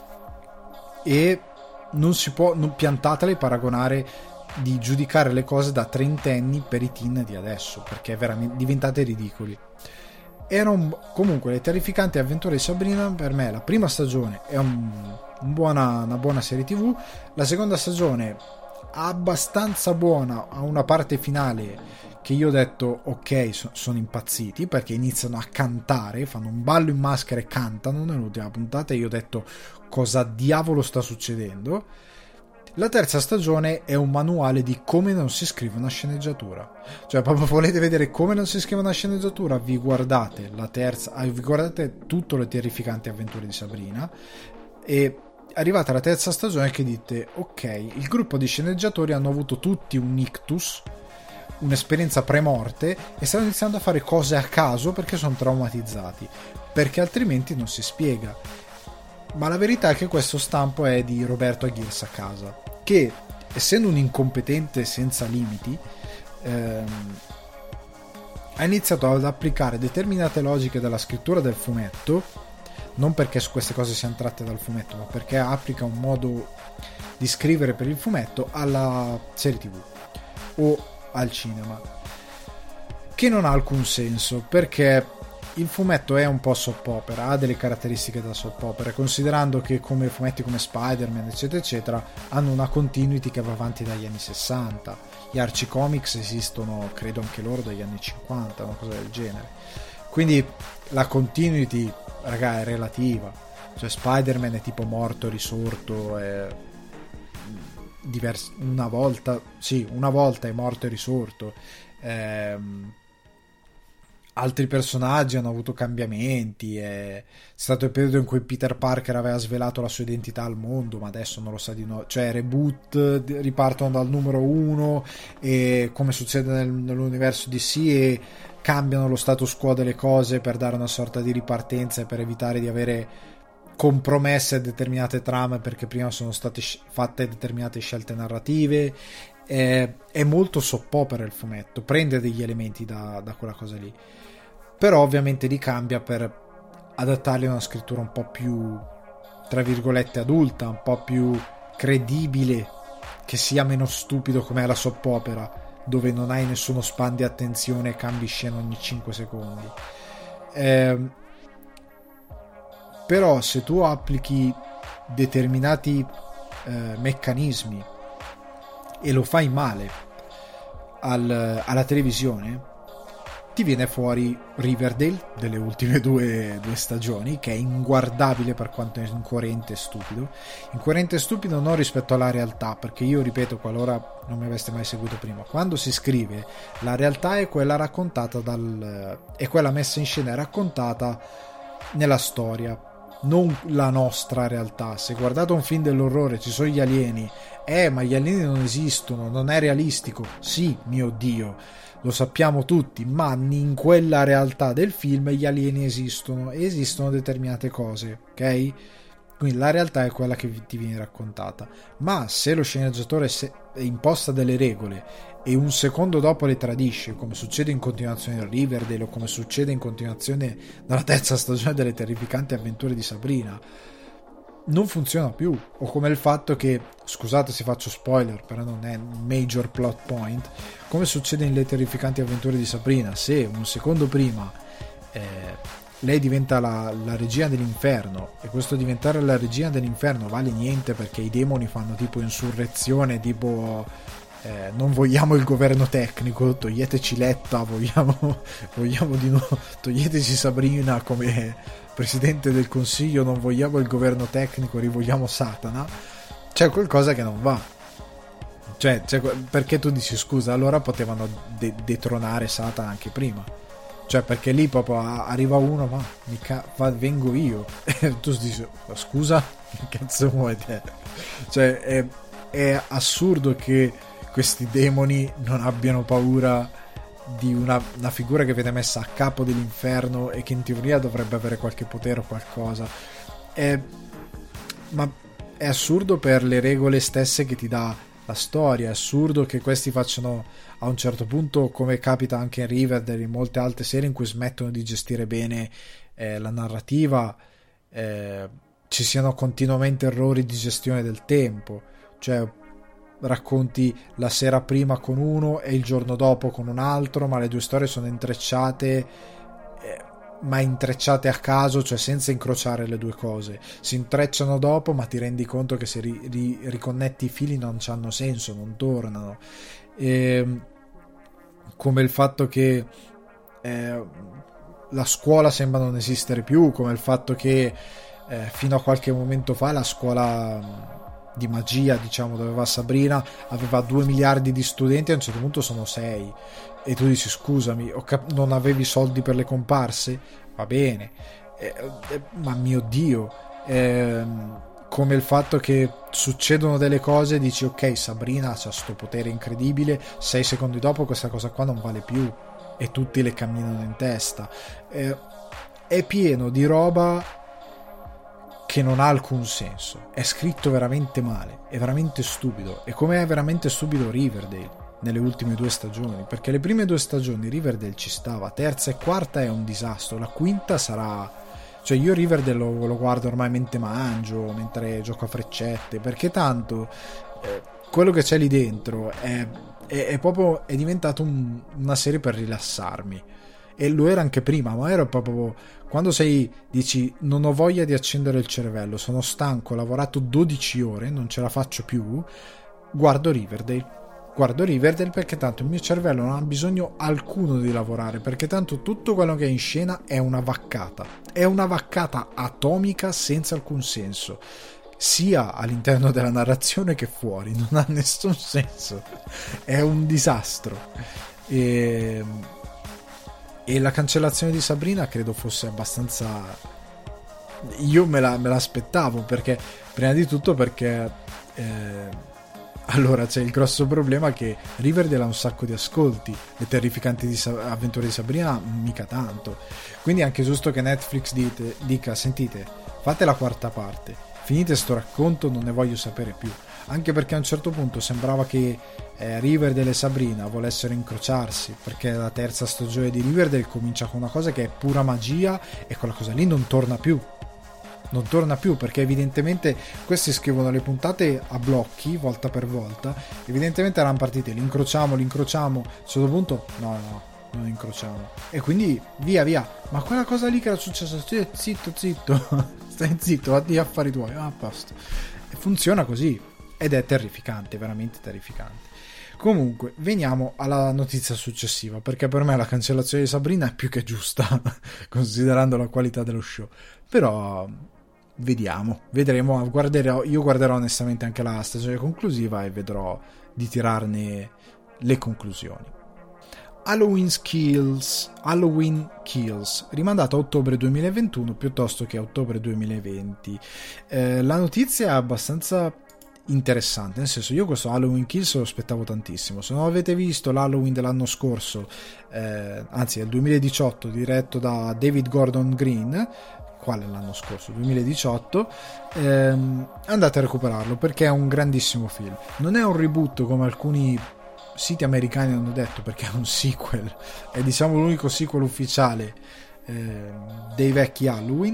e non si può, non piantatele paragonare di giudicare le cose da trentenni per i teen di adesso, perché veramente diventate ridicoli. Comunque Le terrificanti avventure di Sabrina, per me la prima stagione è una buona serie TV, la seconda stagione abbastanza buona, ha una parte finale che io ho detto ok, sono impazziti, perché iniziano a cantare, fanno un ballo in maschera e cantano nell'ultima puntata, e io ho detto cosa diavolo sta succedendo. La terza stagione è un manuale di come non si scrive una sceneggiatura, cioè proprio volete vedere come non si scrive una sceneggiatura, vi guardate la terza, vi guardate tutto Le terrificanti avventure di Sabrina, e arrivate alla terza stagione che dite ok, il gruppo di sceneggiatori hanno avuto tutti un ictus, un'esperienza pre-morte, e stanno iniziando a fare cose a caso perché sono traumatizzati, perché altrimenti non si spiega. Ma la verità è che questo stampo è di Roberto Aguirre Sacasa, che essendo un incompetente senza limiti ha iniziato ad applicare determinate logiche della scrittura del fumetto, non perché su queste cose siano tratte dal fumetto, ma perché applica un modo di scrivere per il fumetto alla serie TV o al cinema, che non ha alcun senso, perché il fumetto è un po' soap opera, ha delle caratteristiche da soap opera, considerando che come fumetti come Spider-Man eccetera eccetera hanno una continuity che va avanti dagli anni 60, gli Archie Comics esistono credo anche loro dagli anni 50, una cosa del genere, quindi la continuity, raga, è relativa, cioè Spider-Man è tipo morto, risorto, una volta è morto e risorto. Altri personaggi hanno avuto cambiamenti, è stato il periodo in cui Peter Parker aveva svelato la sua identità al mondo, ma adesso non lo sa di nuovo, cioè reboot, ripartono dal numero 1 e come succede nell'universo DC e cambiano lo status quo delle cose per dare una sorta di ripartenza e per evitare di avere compromesse determinate trame perché prima sono state fatte determinate scelte narrative. È molto soap opera il fumetto, prende degli elementi da quella cosa lì, però ovviamente li cambia per adattarli a una scrittura un po' più, tra virgolette, adulta, un po' più credibile, che sia meno stupido come è la soap opera, dove non hai nessuno span di attenzione e cambi scena ogni 5 secondi. Però se tu applichi determinati meccanismi e lo fai male alla televisione, ti viene fuori Riverdale delle ultime due stagioni, che è inguardabile per quanto è incoerente e stupido non rispetto alla realtà, perché io ripeto, qualora non mi aveste mai seguito prima, quando si scrive la realtà è quella raccontata è quella messa in scena e raccontata nella storia, non la nostra realtà. Se guardate un film dell'orrore ci sono gli alieni, ma gli alieni non esistono, non è realistico. Sì, mio Dio, lo sappiamo tutti, ma in quella realtà del film gli alieni esistono e esistono determinate cose, ok? Quindi la realtà è quella che ti viene raccontata, ma se lo sceneggiatore imposta delle regole e un secondo dopo le tradisce, come succede in continuazione a Riverdale o come succede in continuazione nella terza stagione delle terrificanti avventure di Sabrina, non funziona più. O come il fatto che, scusate se faccio spoiler, però non è un major plot point, come succede in Le terrificanti avventure di Sabrina, se un secondo prima lei diventa la regina dell'inferno e questo diventare la regina dell'inferno vale niente perché i demoni fanno tipo insurrezione, tipo non vogliamo il governo tecnico, toglieteci Letta, vogliamo di nuovo, toglieteci Sabrina come presidente del consiglio, non vogliamo il governo tecnico, rivogliamo Satana. C'è qualcosa che non va, cioè perché tu dici scusa, allora potevano detronare Satana anche prima, cioè perché lì proprio arriva uno, ma vengo io e tu dici scusa, che cazzo vuoi te? Cioè è assurdo che questi demoni non abbiano paura di una figura che viene messa a capo dell'inferno e che in teoria dovrebbe avere qualche potere o qualcosa. Ma è assurdo per le regole stesse che ti dà la storia. È assurdo che questi facciano a un certo punto, come capita anche in Riverdale e in molte altre serie in cui smettono di gestire bene la narrativa, ci siano continuamente errori di gestione del tempo, cioè racconti la sera prima con uno e il giorno dopo con un altro, ma le due storie sono intrecciate, ma intrecciate a caso, cioè senza incrociare le due cose. Si intrecciano dopo, ma ti rendi conto che se riconnetti i fili non hanno senso, non tornano. Come il fatto che la scuola sembra non esistere più, come il fatto che fino a qualche momento fa la scuola di magia, diciamo, dove va Sabrina, aveva 2 miliardi di studenti, a un certo punto sono 6 e tu dici scusami, non avevi soldi per le comparse? Va bene, ma mio Dio, come il fatto che succedono delle cose, dici ok, Sabrina c'ha sto potere incredibile, 6 secondi dopo questa cosa qua non vale più e tutti le camminano in testa. È pieno di roba che non ha alcun senso, è scritto veramente male, è veramente stupido, e come è veramente stupido Riverdale nelle ultime 2 stagioni, perché le prime 2 stagioni Riverdale ci stava, terza e quarta è un disastro, la quinta sarà, cioè io Riverdale lo guardo ormai mentre mangio, mentre gioco a freccette, perché tanto quello che c'è lì dentro è proprio, è diventato una serie per rilassarmi, e lo era anche prima, ma era proprio quando dici non ho voglia di accendere il cervello, sono stanco, ho lavorato 12 ore, non ce la faccio più, guardo Riverdale perché tanto il mio cervello non ha bisogno alcuno di lavorare, perché tanto tutto quello che è in scena è una vaccata atomica senza alcun senso. sia all'interno della narrazione che fuori, non ha nessun senso, è un disastro. E la cancellazione di Sabrina credo fosse abbastanza, io me l'aspettavo, perché prima di tutto perché allora c'è il grosso problema che Riverdale ha un sacco di ascolti, le terrificanti avventure di Sabrina mica tanto, quindi è anche giusto che Netflix dica sentite, fate la quarta parte, finite sto racconto, non ne voglio sapere più, anche perché a un certo punto sembrava che Riverdale e Sabrina volessero incrociarsi, perché la terza stagione di Riverdale comincia con una cosa che è pura magia e quella cosa lì non torna più, perché evidentemente questi scrivono le puntate a blocchi volta per volta, evidentemente erano partite l'incrociamo, a un certo punto no, non incrociamo, e quindi via, ma quella cosa lì che era successa, zitto stai zitto, vatti a affari tuoi, a posto, e funziona così ed è terrificante, veramente terrificante. Comunque veniamo alla notizia successiva, perché per me la cancellazione di Sabrina è più che giusta considerando la qualità dello show, però vedremo, io guarderò onestamente anche la stagione conclusiva e vedrò di tirarne le conclusioni. Halloween Kills, rimandata a ottobre 2021 piuttosto che a ottobre 2020. La notizia è abbastanza interessante, nel senso, io questo Halloween Kills lo aspettavo tantissimo. Se non avete visto l'Halloween dell'anno scorso, anzi del 2018, diretto da David Gordon Green, quale l'anno scorso, 2018, andate a recuperarlo perché è un grandissimo film. Non è un reboot come alcuni siti americani hanno detto, perché è un sequel, è diciamo l'unico sequel ufficiale dei vecchi Halloween,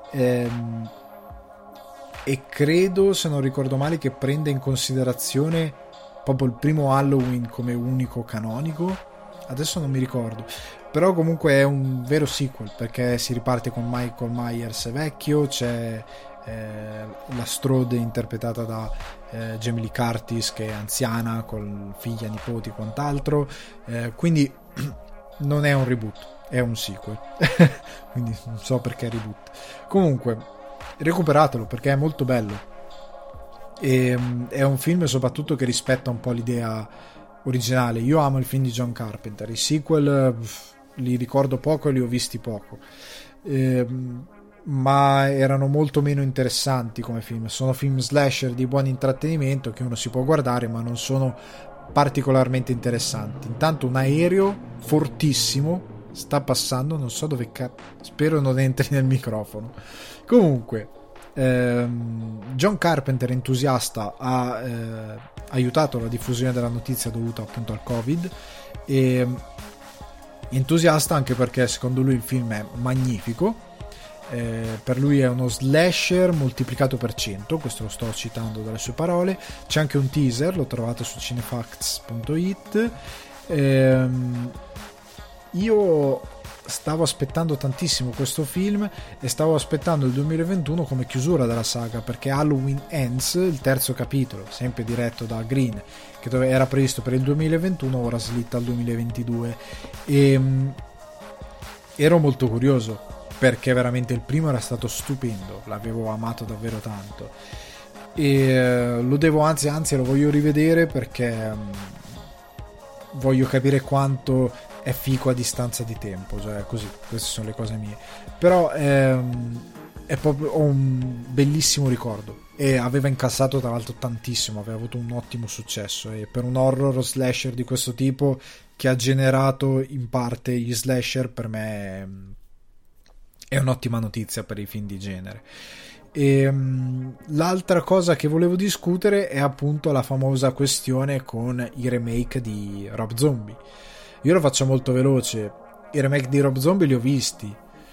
e credo, se non ricordo male, che prende in considerazione proprio il primo Halloween come unico canonico, adesso non mi ricordo, però comunque è un vero sequel, perché si riparte con Michael Myers vecchio, c'è la Strode interpretata da Jamie Lee Curtis che è anziana con figlia, nipoti e quant'altro, quindi non è un reboot, è un sequel quindi non so perché reboot. Comunque recuperatelo perché è molto bello e è un film soprattutto che rispetta un po' l'idea originale. Io amo il film di John Carpenter, i sequel li ricordo poco e li ho visti poco, ma erano molto meno interessanti come film. Sono film slasher di buon intrattenimento che uno si può guardare, ma non sono particolarmente interessanti. Intanto un aereo fortissimo sta passando, non so dove spero non entri nel microfono. Comunque John Carpenter, entusiasta, ha aiutato la diffusione della notizia dovuta appunto al Covid, e entusiasta anche perché secondo lui il film è magnifico. Per lui è uno slasher moltiplicato per 100, questo lo sto citando dalle sue parole. C'è anche un teaser, lo trovate su cinefacts.it. Io stavo aspettando tantissimo questo film e stavo aspettando il 2021 come chiusura della saga, perché Halloween Ends, il terzo capitolo, sempre diretto da Green, che era previsto per il 2021, ora slitta al 2022, e ero molto curioso perché veramente il primo era stato stupendo, l'avevo amato davvero tanto e lo devo, anzi lo voglio rivedere perché voglio capire quanto è fico a distanza di tempo, cioè così, queste sono le cose mie, però è proprio, ho un bellissimo ricordo e aveva incassato tra l'altro tantissimo, aveva avuto un ottimo successo, e per un horror slasher di questo tipo che ha generato in parte gli slasher, per me è un'ottima notizia per i film di genere. E l'altra cosa che volevo discutere è appunto la famosa questione con i remake di Rob Zombie. Io lo faccio molto veloce, i remake di Rob Zombie li ho visti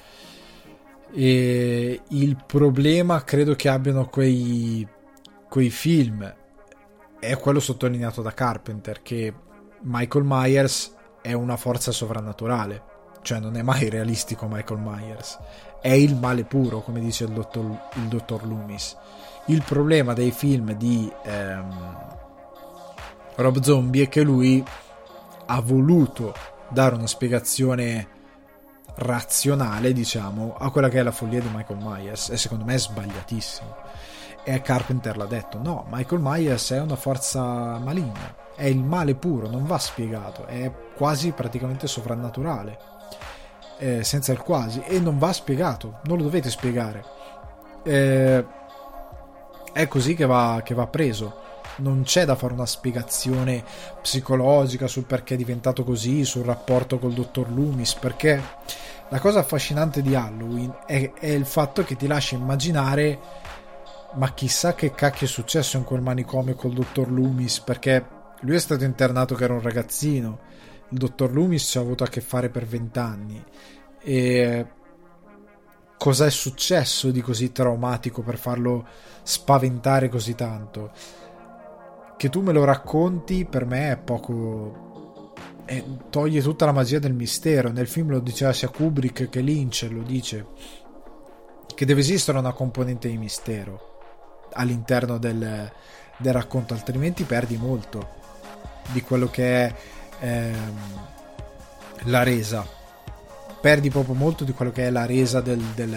e il problema credo che abbiano quei film è quello sottolineato da Carpenter, che Michael Myers è una forza sovrannaturale, cioè non è mai realistico Michael Myers, è il male puro, come dice il dottor Loomis. Il problema dei film di Rob Zombie è che lui ha voluto dare una spiegazione razionale, diciamo, a quella che è la follia di Michael Myers, e secondo me è sbagliatissimo. E Carpenter l'ha detto, no, Michael Myers è una forza maligna, è il male puro, non va spiegato, è quasi praticamente sovrannaturale, senza il quasi, e non va spiegato, non lo dovete spiegare, è così che va preso. Non c'è da fare una spiegazione psicologica sul perché è diventato così, sul rapporto col dottor Loomis, perché la cosa affascinante di Halloween è il fatto che ti lascia immaginare, ma chissà che cacchio è successo in quel manicomio col dottor Loomis, perché lui è stato internato che era un ragazzino, il dottor Loomis ci ha avuto a che fare per 20 anni, e cosa è successo di così traumatico per farlo spaventare così tanto? Che tu me lo racconti per me è poco, toglie tutta la magia del mistero. Nel film lo diceva sia Kubrick che Lynch, lo dice che deve esistere una componente di mistero all'interno del racconto, altrimenti perdi molto di quello che è la resa, perdi proprio molto di quello che è la resa del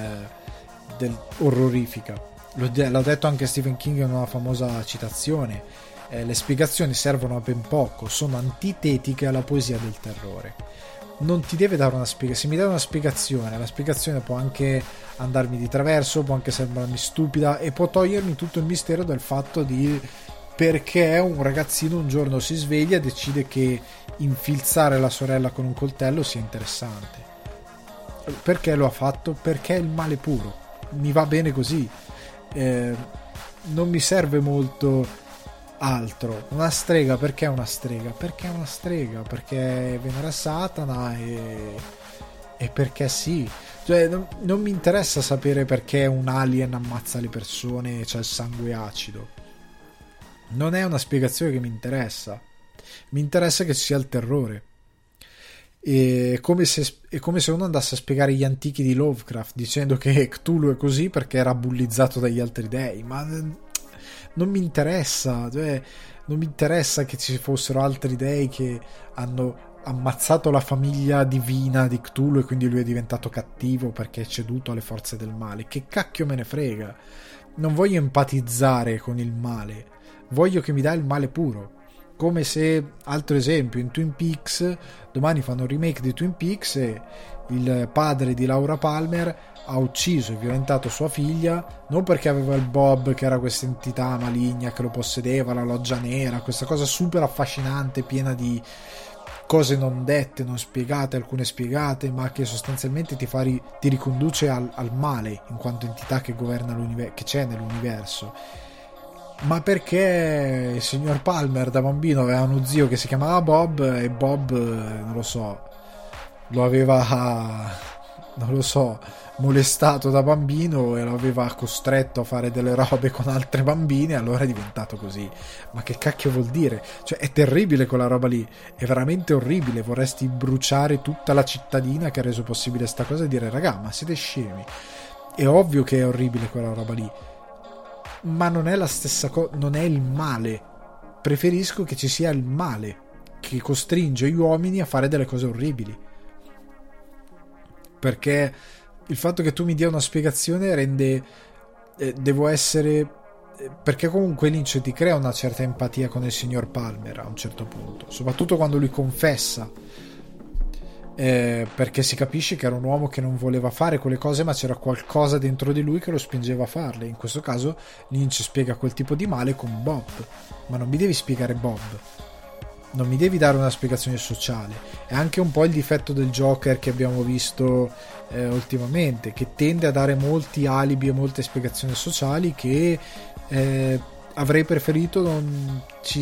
orrorifica. L'ha detto anche Stephen King in una famosa citazione, le spiegazioni servono a ben poco, sono antitetiche alla poesia del terrore. Non ti deve dare una spiegazione, se mi dai una spiegazione, la spiegazione può anche andarmi di traverso, può anche sembrarmi stupida e può togliermi tutto il mistero del fatto di perché un ragazzino un giorno si sveglia e decide che infilzare la sorella con un coltello sia interessante. Perché lo ha fatto? Perché è il male puro, mi va bene così, non mi serve molto altro. Una strega, perché è una strega? Perché è una strega, perché venera Satana e perché sì, cioè non mi interessa sapere perché un alien ammazza le persone e c'è il sangue acido, non è una spiegazione che mi interessa, mi interessa che ci sia il terrore. È come se uno andasse a spiegare gli antichi di Lovecraft dicendo che Cthulhu è così perché era bullizzato dagli altri dei, ma non mi interessa, cioè, non mi interessa che ci fossero altri dei che hanno ammazzato la famiglia divina di Cthulhu e quindi lui è diventato cattivo perché è ceduto alle forze del male. Che cacchio me ne frega, non voglio empatizzare con il male, voglio che mi dà il male puro. Come se, altro esempio, in Twin Peaks domani fanno un remake di Twin Peaks e il padre di Laura Palmer ha ucciso e violentato sua figlia non perché aveva il Bob, che era questa entità maligna che lo possedeva, la loggia nera, questa cosa super affascinante piena di cose non dette, non spiegate, alcune spiegate, ma che sostanzialmente ti riconduce al male in quanto entità che governa l'universo, che c'è nell'universo. Ma perché il signor Palmer da bambino aveva uno zio che si chiamava Bob e Bob, non lo so, lo aveva, non lo so, molestato da bambino e lo aveva costretto a fare delle robe con altre bambine, allora è diventato così. Ma che cacchio vuol dire? Cioè è terribile quella roba lì, è veramente orribile, vorresti bruciare tutta la cittadina che ha reso possibile sta cosa e dire raga, ma siete scemi. È ovvio che è orribile quella roba lì, ma non è la stessa cosa, non è il male. Preferisco che ci sia il male che costringe gli uomini a fare delle cose orribili, perché il fatto che tu mi dia una spiegazione rende devo essere, perché comunque Lynch ti crea una certa empatia con il signor Palmer a un certo punto, soprattutto quando lui confessa, perché si capisce che era un uomo che non voleva fare quelle cose, ma c'era qualcosa dentro di lui che lo spingeva a farle. In questo caso Lynch spiega quel tipo di male con Bob, ma non mi devi spiegare Bob, non mi devi dare una spiegazione sociale. È anche un po' il difetto del Joker che abbiamo visto ultimamente, che tende a dare molti alibi e molte spiegazioni sociali che avrei preferito non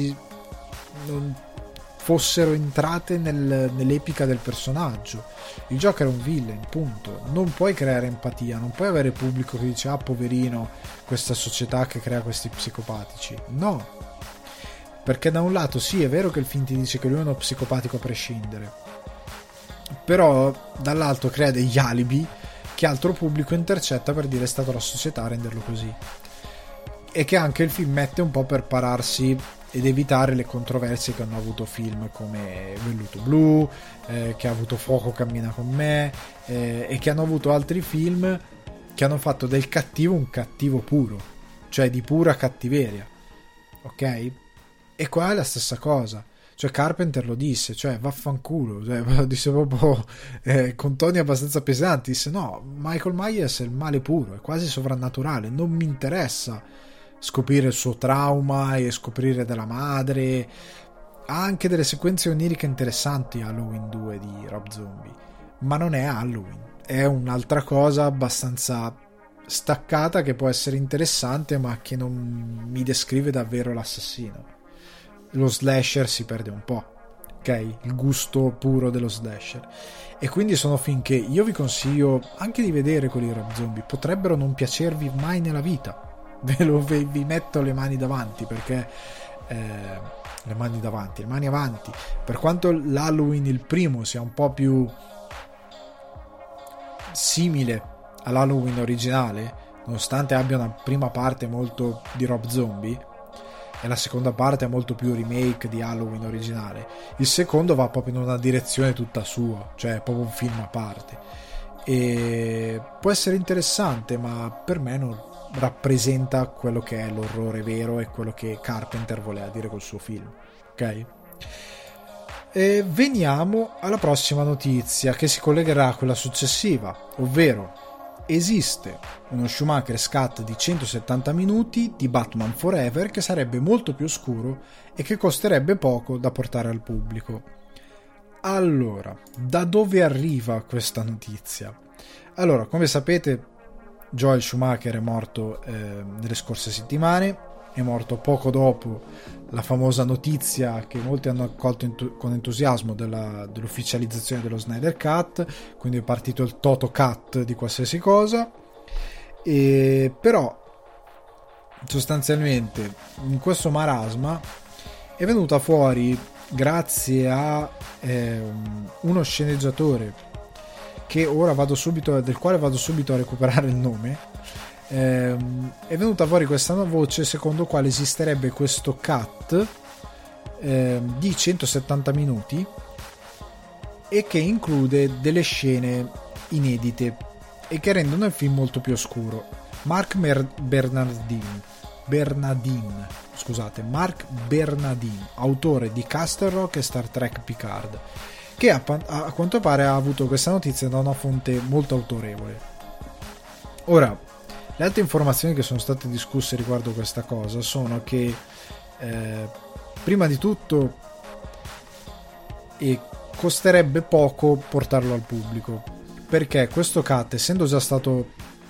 fossero entrate nell'epica del personaggio. Il Joker è un villain, punto. Non puoi creare empatia, non puoi avere pubblico che dice ah poverino questa società che crea questi psicopatici. No, perché da un lato sì, è vero che il film ti dice che lui è uno psicopatico a prescindere, però dall'altro crea degli alibi che altro pubblico intercetta per dire è stata la società a renderlo così, e che anche il film mette un po' per pararsi ed evitare le controversie che hanno avuto film come Velluto Blu, che ha avuto Fuoco cammina con me, e che hanno avuto altri film che hanno fatto del cattivo un cattivo puro, cioè di pura cattiveria, ok? E qua è la stessa cosa, cioè Carpenter lo disse, cioè vaffanculo, cioè, lo disse proprio con toni abbastanza pesanti, disse no, Michael Myers è il male puro, è quasi sovrannaturale, non mi interessa scoprire il suo trauma e scoprire della madre. Ha anche delle sequenze oniriche interessanti Halloween 2 di Rob Zombie, ma non è Halloween, è un'altra cosa abbastanza staccata che può essere interessante ma che non mi descrive davvero l'assassino. Lo slasher si perde un po', ok? Il gusto puro dello slasher. E quindi sono film che io vi consiglio anche di vedere quelli di Rob Zombie, potrebbero non piacervi mai nella vita, vi metto le mani davanti, perché le mani avanti, per quanto l'Halloween il primo sia un po' più simile all'Halloween originale, nonostante abbia una prima parte molto di Rob Zombie e la seconda parte è molto più remake di Halloween originale, il secondo va proprio in una direzione tutta sua, cioè è proprio un film a parte e può essere interessante, ma per me non rappresenta quello che è l'orrore vero e quello che Carpenter voleva dire col suo film, ok? E veniamo alla prossima notizia che si collegherà a quella successiva, ovvero esiste uno Schumacher Scat di 170 minuti di Batman Forever che sarebbe molto più oscuro e che costerebbe poco da portare al pubblico. Allora, da dove arriva questa notizia? Allora, come sapete, Joel Schumacher è morto nelle scorse settimane, è morto poco dopo la famosa notizia che molti hanno accolto con entusiasmo dell'ufficializzazione dello Snyder Cut, quindi è partito il Toto Cut di qualsiasi cosa, e però sostanzialmente in questo marasma è venuta fuori, grazie a uno sceneggiatore del quale vado subito a recuperare il nome, è venuta fuori questa voce secondo quale esisterebbe questo cut di 170 minuti e che include delle scene inedite e che rendono il film molto più oscuro. Mark Bernardin, autore di Castle Rock e Star Trek Picard, che a quanto pare ha avuto questa notizia da una fonte molto autorevole. Ora, le altre informazioni che sono state discusse riguardo questa cosa sono che prima di tutto costerebbe poco portarlo al pubblico, perché questo cut, essendo già stato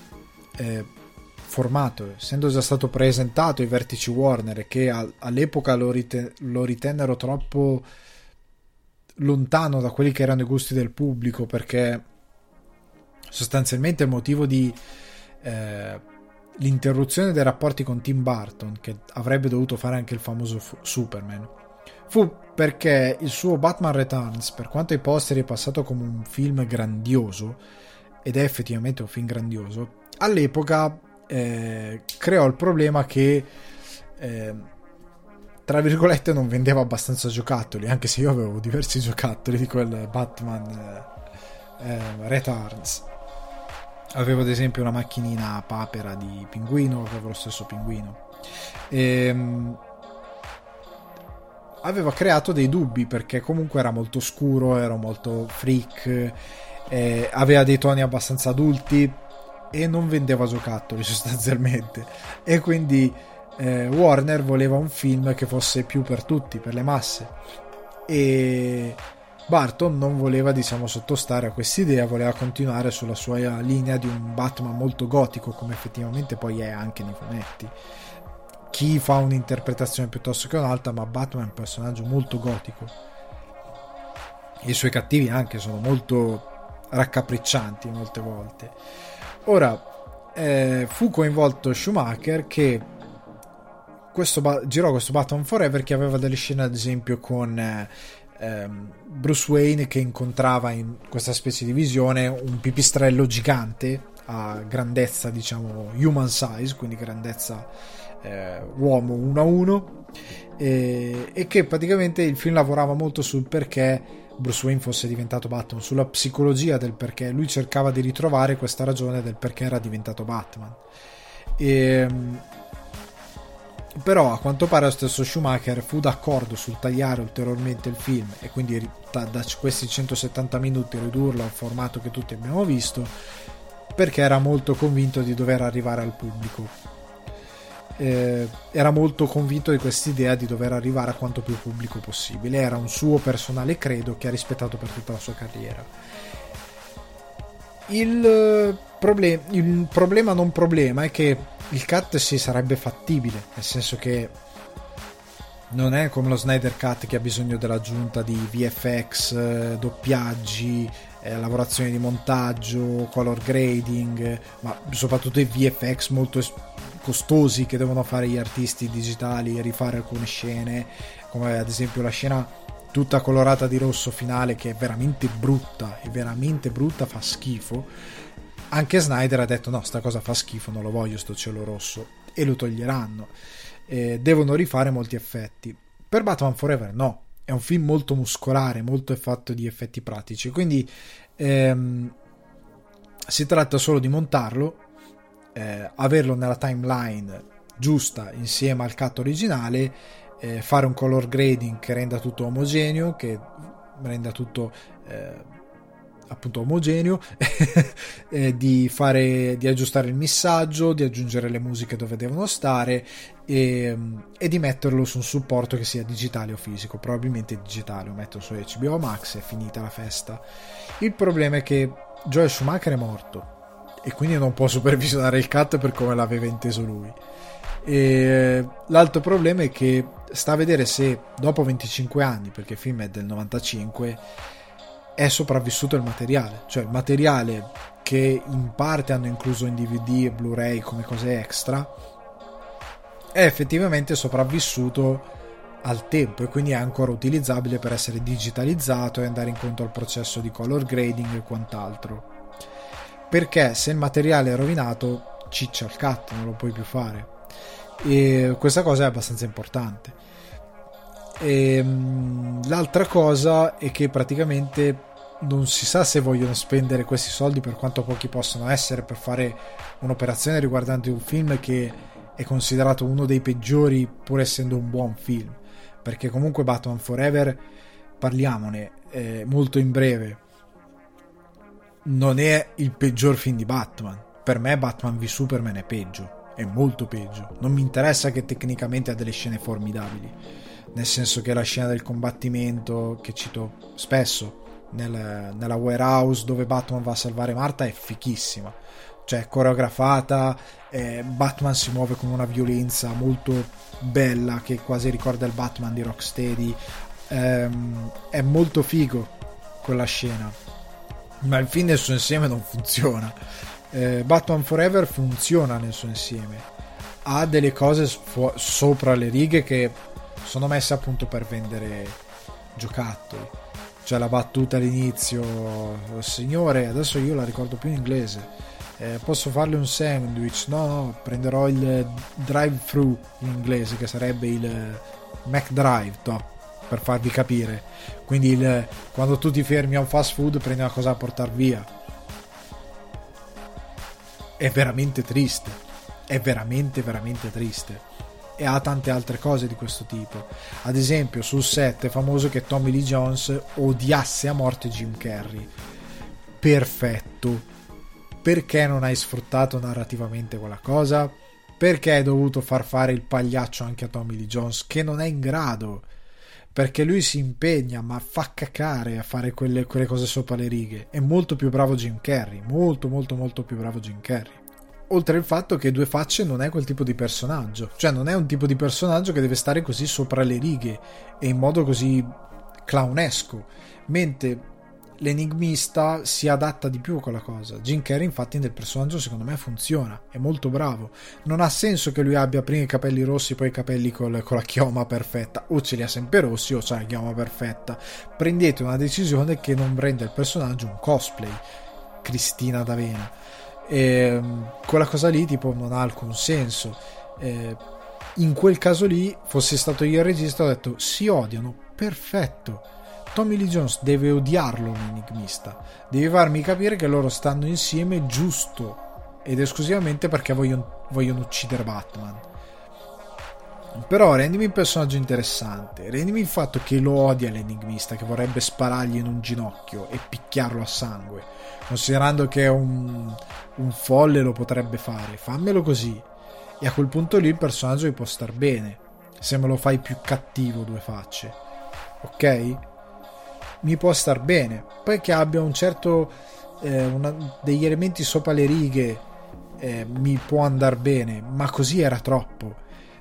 formato, essendo già stato presentato ai vertici Warner e che all'epoca lo ritennero troppo lontano da quelli che erano i gusti del pubblico, perché sostanzialmente il motivo di l'interruzione dei rapporti con Tim Burton, che avrebbe dovuto fare anche il famoso Superman, fu perché il suo Batman Returns, per quanto ai posteri è passato come un film grandioso, ed è effettivamente un film grandioso, all'epoca creò il problema che tra virgolette non vendeva abbastanza giocattoli, anche se io avevo diversi giocattoli di quel Batman Returns. Avevo ad esempio una macchinina papera di Pinguino, avevo lo stesso Pinguino, aveva creato dei dubbi perché comunque era molto scuro, era molto freak, aveva dei toni abbastanza adulti e non vendeva giocattoli sostanzialmente, e quindi Warner voleva un film che fosse più per tutti, per le masse, e Burton non voleva, diciamo, sottostare a quest'idea, voleva continuare sulla sua linea di un Batman molto gotico, come effettivamente poi è anche nei fumetti. Chi fa un'interpretazione piuttosto che un'altra, ma Batman è un personaggio molto gotico e i suoi cattivi anche sono molto raccapriccianti molte volte. Ora fu coinvolto Schumacher, che girò questo Batman Forever, che aveva delle scene ad esempio con Bruce Wayne che incontrava in questa specie di visione un pipistrello gigante a grandezza, diciamo, human size, quindi grandezza uomo 1-1, e che praticamente il film lavorava molto sul perché Bruce Wayne fosse diventato Batman, sulla psicologia del perché lui cercava di ritrovare questa ragione del perché era diventato Batman. Però a quanto pare lo stesso Schumacher fu d'accordo sul tagliare ulteriormente il film e quindi da questi 170 minuti ridurlo al formato che tutti abbiamo visto, perché era molto convinto di dover arrivare al pubblico. Era molto convinto di quest'idea di dover arrivare a quanto più pubblico possibile. Era un suo personale credo che ha rispettato per tutta la sua carriera. Il problema non problema è che il cut si sarebbe fattibile, nel senso che non è come lo Snyder Cut che ha bisogno dell'aggiunta di VFX, doppiaggi, lavorazioni di montaggio, color grading, ma soprattutto i VFX molto costosi che devono fare gli artisti digitali e rifare alcune scene, come ad esempio la scena tutta colorata di rosso finale che è veramente brutta, fa schifo. Anche Snyder ha detto no, sta cosa fa schifo, non lo voglio sto cielo rosso, e lo toglieranno. Devono rifare molti effetti. Per Batman Forever no, è un film molto muscolare, molto fatto di effetti pratici, quindi si tratta solo di montarlo, averlo nella timeline giusta insieme al cut originale, fare un color grading che renda tutto omogeneo, che renda tutto appunto omogeneo, di aggiustare il missaggio, di aggiungere le musiche dove devono stare e di metterlo su un supporto che sia digitale o fisico. Probabilmente digitale, lo metto su HBO Max, è finita la festa. Il problema è che Joel Schumacher è morto e quindi non può supervisionare il cut per come l'aveva inteso lui. E l'altro problema è che sta a vedere se dopo 25 anni, perché il film è del 95, è sopravvissuto il materiale, cioè il materiale che in parte hanno incluso in DVD e Blu-ray come cose extra è effettivamente sopravvissuto al tempo e quindi è ancora utilizzabile per essere digitalizzato e andare incontro al processo di color grading e quant'altro, perché se il materiale è rovinato ciccia il cut, non lo puoi più fare, e questa cosa è abbastanza importante. E l'altra cosa è che praticamente non si sa se vogliono spendere questi soldi, per quanto pochi possono essere, per fare un'operazione riguardante un film che è considerato uno dei peggiori pur essendo un buon film, perché comunque Batman Forever, parliamone molto in breve, non è il peggior film di Batman. Per me Batman v Superman è peggio, è molto peggio. Non mi interessa che tecnicamente ha delle scene formidabili, nel senso che la scena del combattimento che cito spesso nella warehouse dove Batman va a salvare Martha è fichissima, cioè coreografata, Batman si muove con una violenza molto bella che quasi ricorda il Batman di Rocksteady, è molto figo quella scena, ma il film nel suo insieme non funziona. Batman Forever funziona nel suo insieme, ha delle cose sopra le righe che sono messe appunto per vendere giocattoli, cioè la battuta all'inizio, signore adesso io la ricordo più in inglese, posso farle un sandwich? No, prenderò il drive-thru in inglese, che sarebbe il McDrive, no, per farvi capire, quindi quando tu ti fermi a un fast food prendi una cosa da portar via. È veramente triste, è veramente triste. E ha tante altre cose di questo tipo. Ad esempio sul set è famoso che Tommy Lee Jones odiasse a morte Jim Carrey. Perfetto. Perché non hai sfruttato narrativamente quella cosa? Perché hai dovuto far fare il pagliaccio anche a Tommy Lee Jones, che non è in grado? Perché lui si impegna, ma fa cacare a fare quelle cose sopra le righe. È molto più bravo Jim Carrey, molto più bravo Jim Carrey. Oltre al fatto che Due Facce non è quel tipo di personaggio, cioè non è un tipo di personaggio che deve stare così sopra le righe e in modo così clownesco, mentre l'enigmista si adatta di più a quella cosa. Jim Carrey infatti nel personaggio secondo me funziona, è molto bravo. Non ha senso che lui abbia prima i capelli rossi poi i capelli con la chioma perfetta, o ce li ha sempre rossi o c'ha la chioma perfetta. Prendete una decisione che non rende il personaggio un cosplay Cristina D'Avena, e quella cosa lì tipo non ha alcun senso. In quel caso lì, fossi stato io il regista, ho detto si odiano, perfetto, Tommy Lee Jones deve odiarlo l'enigmista, devi farmi capire che loro stanno insieme giusto ed esclusivamente perché vogliono uccidere Batman. Però rendimi il personaggio interessante, rendimi il fatto che lo odia l'enigmista, che vorrebbe sparargli in un ginocchio e picchiarlo a sangue, considerando che è un folle lo potrebbe fare. Fammelo così, e a quel punto lì il personaggio mi può star bene. Se me lo fai più cattivo, due facce, ok? Mi può star bene. Poi che abbia un certo degli elementi sopra le righe, mi può andar bene, ma così era troppo.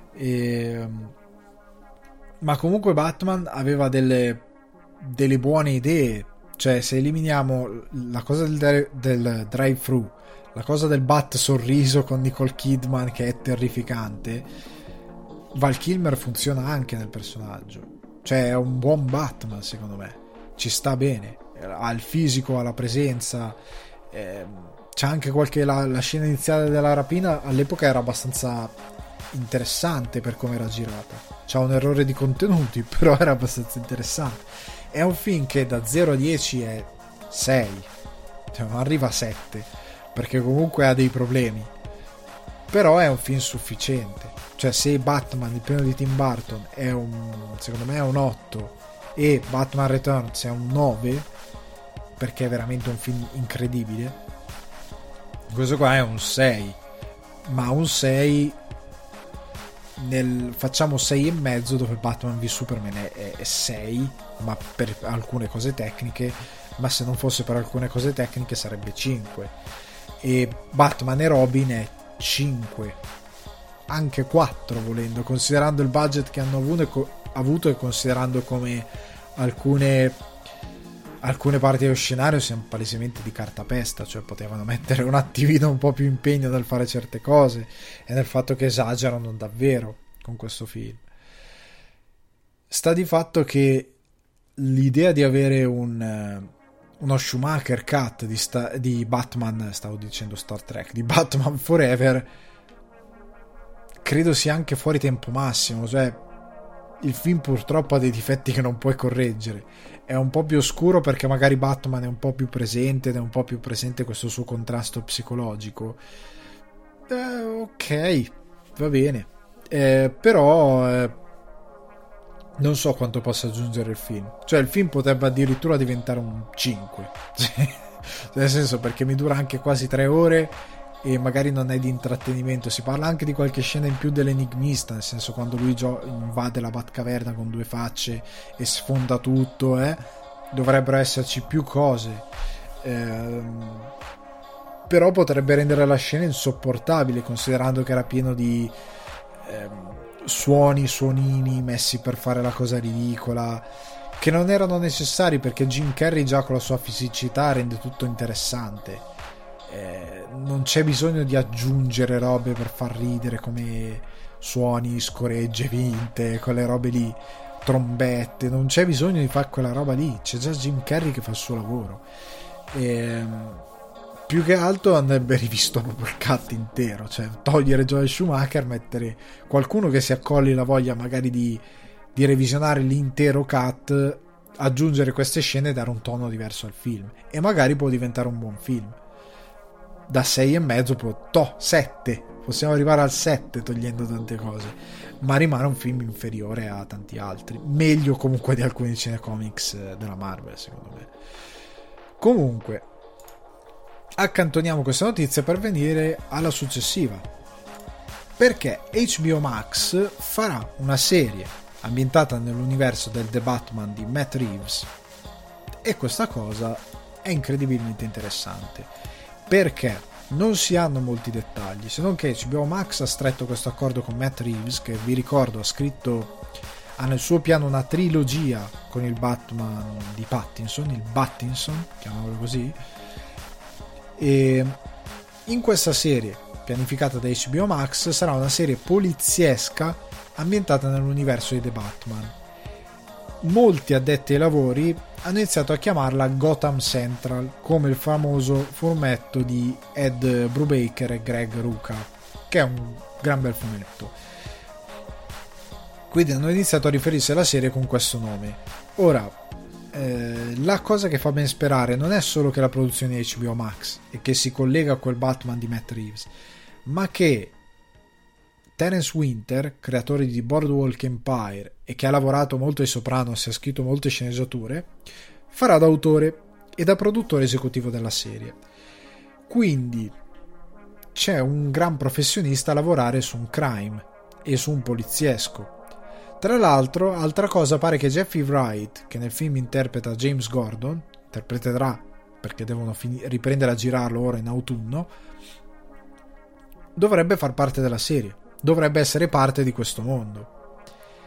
Ma comunque Batman aveva delle buone idee. Cioè, se eliminiamo la cosa del drive-thru, la cosa del bat sorriso con Nicole Kidman che è terrificante, Val Kilmer funziona anche nel personaggio. Cioè è un buon Batman, secondo me, ci sta bene, ha il fisico, ha la presenza, c'è anche la scena iniziale della rapina all'epoca era abbastanza interessante per come era girata. C'ha un errore di contenuti, però era abbastanza interessante. È un film che da 0 a 10 è 6, cioè non arriva a 7, perché comunque ha dei problemi, però è un film sufficiente. Cioè, se Batman, il primo di Tim Burton, secondo me è un 8 e Batman Returns è un 9, perché è veramente un film incredibile, questo qua è un 6, ma un 6 facciamo 6 e mezzo, dove Batman v Superman è 6, ma per alcune cose tecniche, ma se non fosse per alcune cose tecniche sarebbe 5, e Batman e Robin è 5, anche 4 volendo, considerando il budget che hanno avuto e considerando come alcune parti dello scenario siano palesemente di cartapesta, cioè potevano mettere un attimino un po' più impegno nel fare certe cose, e nel fatto che esagerano davvero con questo film. Sta di fatto che l'idea di avere uno Schumacher cut di Batman, stavo dicendo Star Trek, di Batman Forever, credo sia anche fuori tempo massimo. Cioè, il film purtroppo ha dei difetti che non puoi correggere. È un po' più oscuro perché magari Batman è un po' più presente, ed è un po' più presente questo suo contrasto psicologico. Ok, va bene. Però non so quanto possa aggiungere il film. Cioè, il film potrebbe addirittura diventare un 5. Nel senso, perché mi dura anche quasi 3 ore e magari non è di intrattenimento. Si parla anche di qualche scena in più dell'enigmista, nel senso, quando lui invade la Batcaverna con due facce e sfonda tutto, dovrebbero esserci più cose, però potrebbe rendere la scena insopportabile, considerando che era pieno di suonini messi per fare la cosa ridicola, che non erano necessari, perché Jim Carrey già con la sua fisicità rende tutto interessante. Non c'è bisogno di aggiungere robe per far ridere, come suoni, scoregge vinte, quelle robe lì, trombette. Non c'è bisogno di fare quella roba lì, c'è già Jim Carrey che fa il suo lavoro. Più che altro andrebbe rivisto proprio il cut intero, cioè togliere Joel Schumacher, mettere qualcuno che si accolli la voglia magari di revisionare l'intero cut, aggiungere queste scene e dare un tono diverso al film, e magari può diventare un buon film. Da 6,5 7, possiamo arrivare al 7 togliendo tante cose, ma rimane un film inferiore a tanti altri, meglio comunque di alcuni cinecomics della Marvel, secondo me. Comunque, accantoniamo questa notizia per venire alla successiva, perché HBO Max farà una serie ambientata nell'universo del The Batman di Matt Reeves, e questa cosa è incredibilmente interessante, perché non si hanno molti dettagli, se non che HBO Max ha stretto questo accordo con Matt Reeves, che vi ricordo ha nel suo piano una trilogia con il Batman di Pattinson, il Battinson, chiamiamolo così, e in questa serie pianificata da HBO Max sarà una serie poliziesca ambientata nell'universo di The Batman. Molti addetti ai lavori hanno iniziato a chiamarla Gotham Central, come il famoso fumetto di Ed Brubaker e Greg Rucka, che è un gran bel fumetto. Quindi hanno iniziato a riferirsi alla serie con questo nome. Ora, la cosa che fa ben sperare non è solo che la produzione di HBO Max e che si collega a quel Batman di Matt Reeves, ma che Terence Winter, creatore di Boardwalk Empire e che ha lavorato molto ai Sopranos e ha scritto molte sceneggiature, farà da autore e da produttore esecutivo della serie. Quindi c'è un gran professionista a lavorare su un crime e su un poliziesco. Tra l'altro, altra cosa, pare che Jeffrey Wright, che nel film interpreta James Gordon, interpreterà perché devono riprendere a girarlo ora in autunno, dovrebbe far parte della serie, dovrebbe essere parte di questo mondo.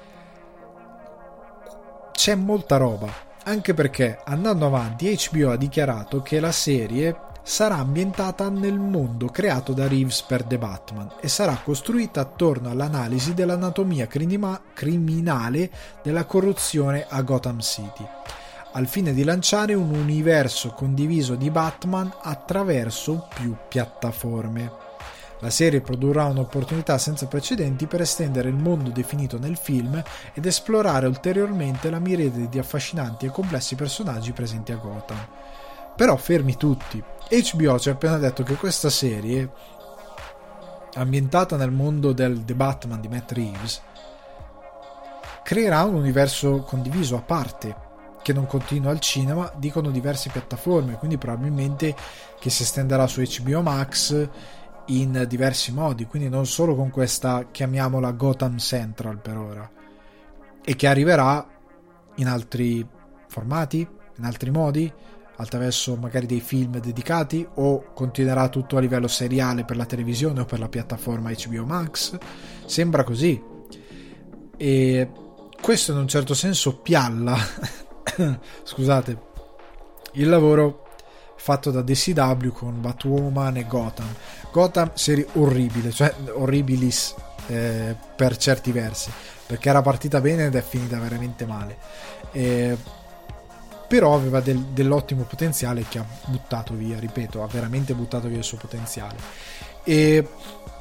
C'è molta roba, anche perché andando avanti HBO ha dichiarato che la serie sarà ambientata nel mondo creato da Reeves per The Batman e sarà costruita attorno all'analisi dell'anatomia criminale della corruzione a Gotham City, al fine di lanciare un universo condiviso di Batman attraverso più piattaforme. La serie produrrà un'opportunità senza precedenti per estendere il mondo definito nel film ed esplorare ulteriormente la miriade di affascinanti e complessi personaggi presenti a Gotham. Però fermi tutti, HBO ci ha appena detto che questa serie, ambientata nel mondo del The Batman di Matt Reeves, creerà un universo condiviso a parte, che non continua al cinema, dicono diverse piattaforme, quindi probabilmente che si estenderà su HBO Max in diversi modi, quindi non solo con questa, chiamiamola Gotham Central per ora, e che arriverà in altri formati, in altri modi, attraverso magari dei film dedicati, o continuerà tutto a livello seriale per la televisione o per la piattaforma HBO Max. Sembra così, e questo in un certo senso pialla scusate, il lavoro fatto da DCW con Batwoman e Gotham, serie orribile, cioè horribilis per certi versi, perché era partita bene ed è finita veramente male, però aveva dell'ottimo potenziale che ha buttato via, ripeto, ha veramente buttato via il suo potenziale. E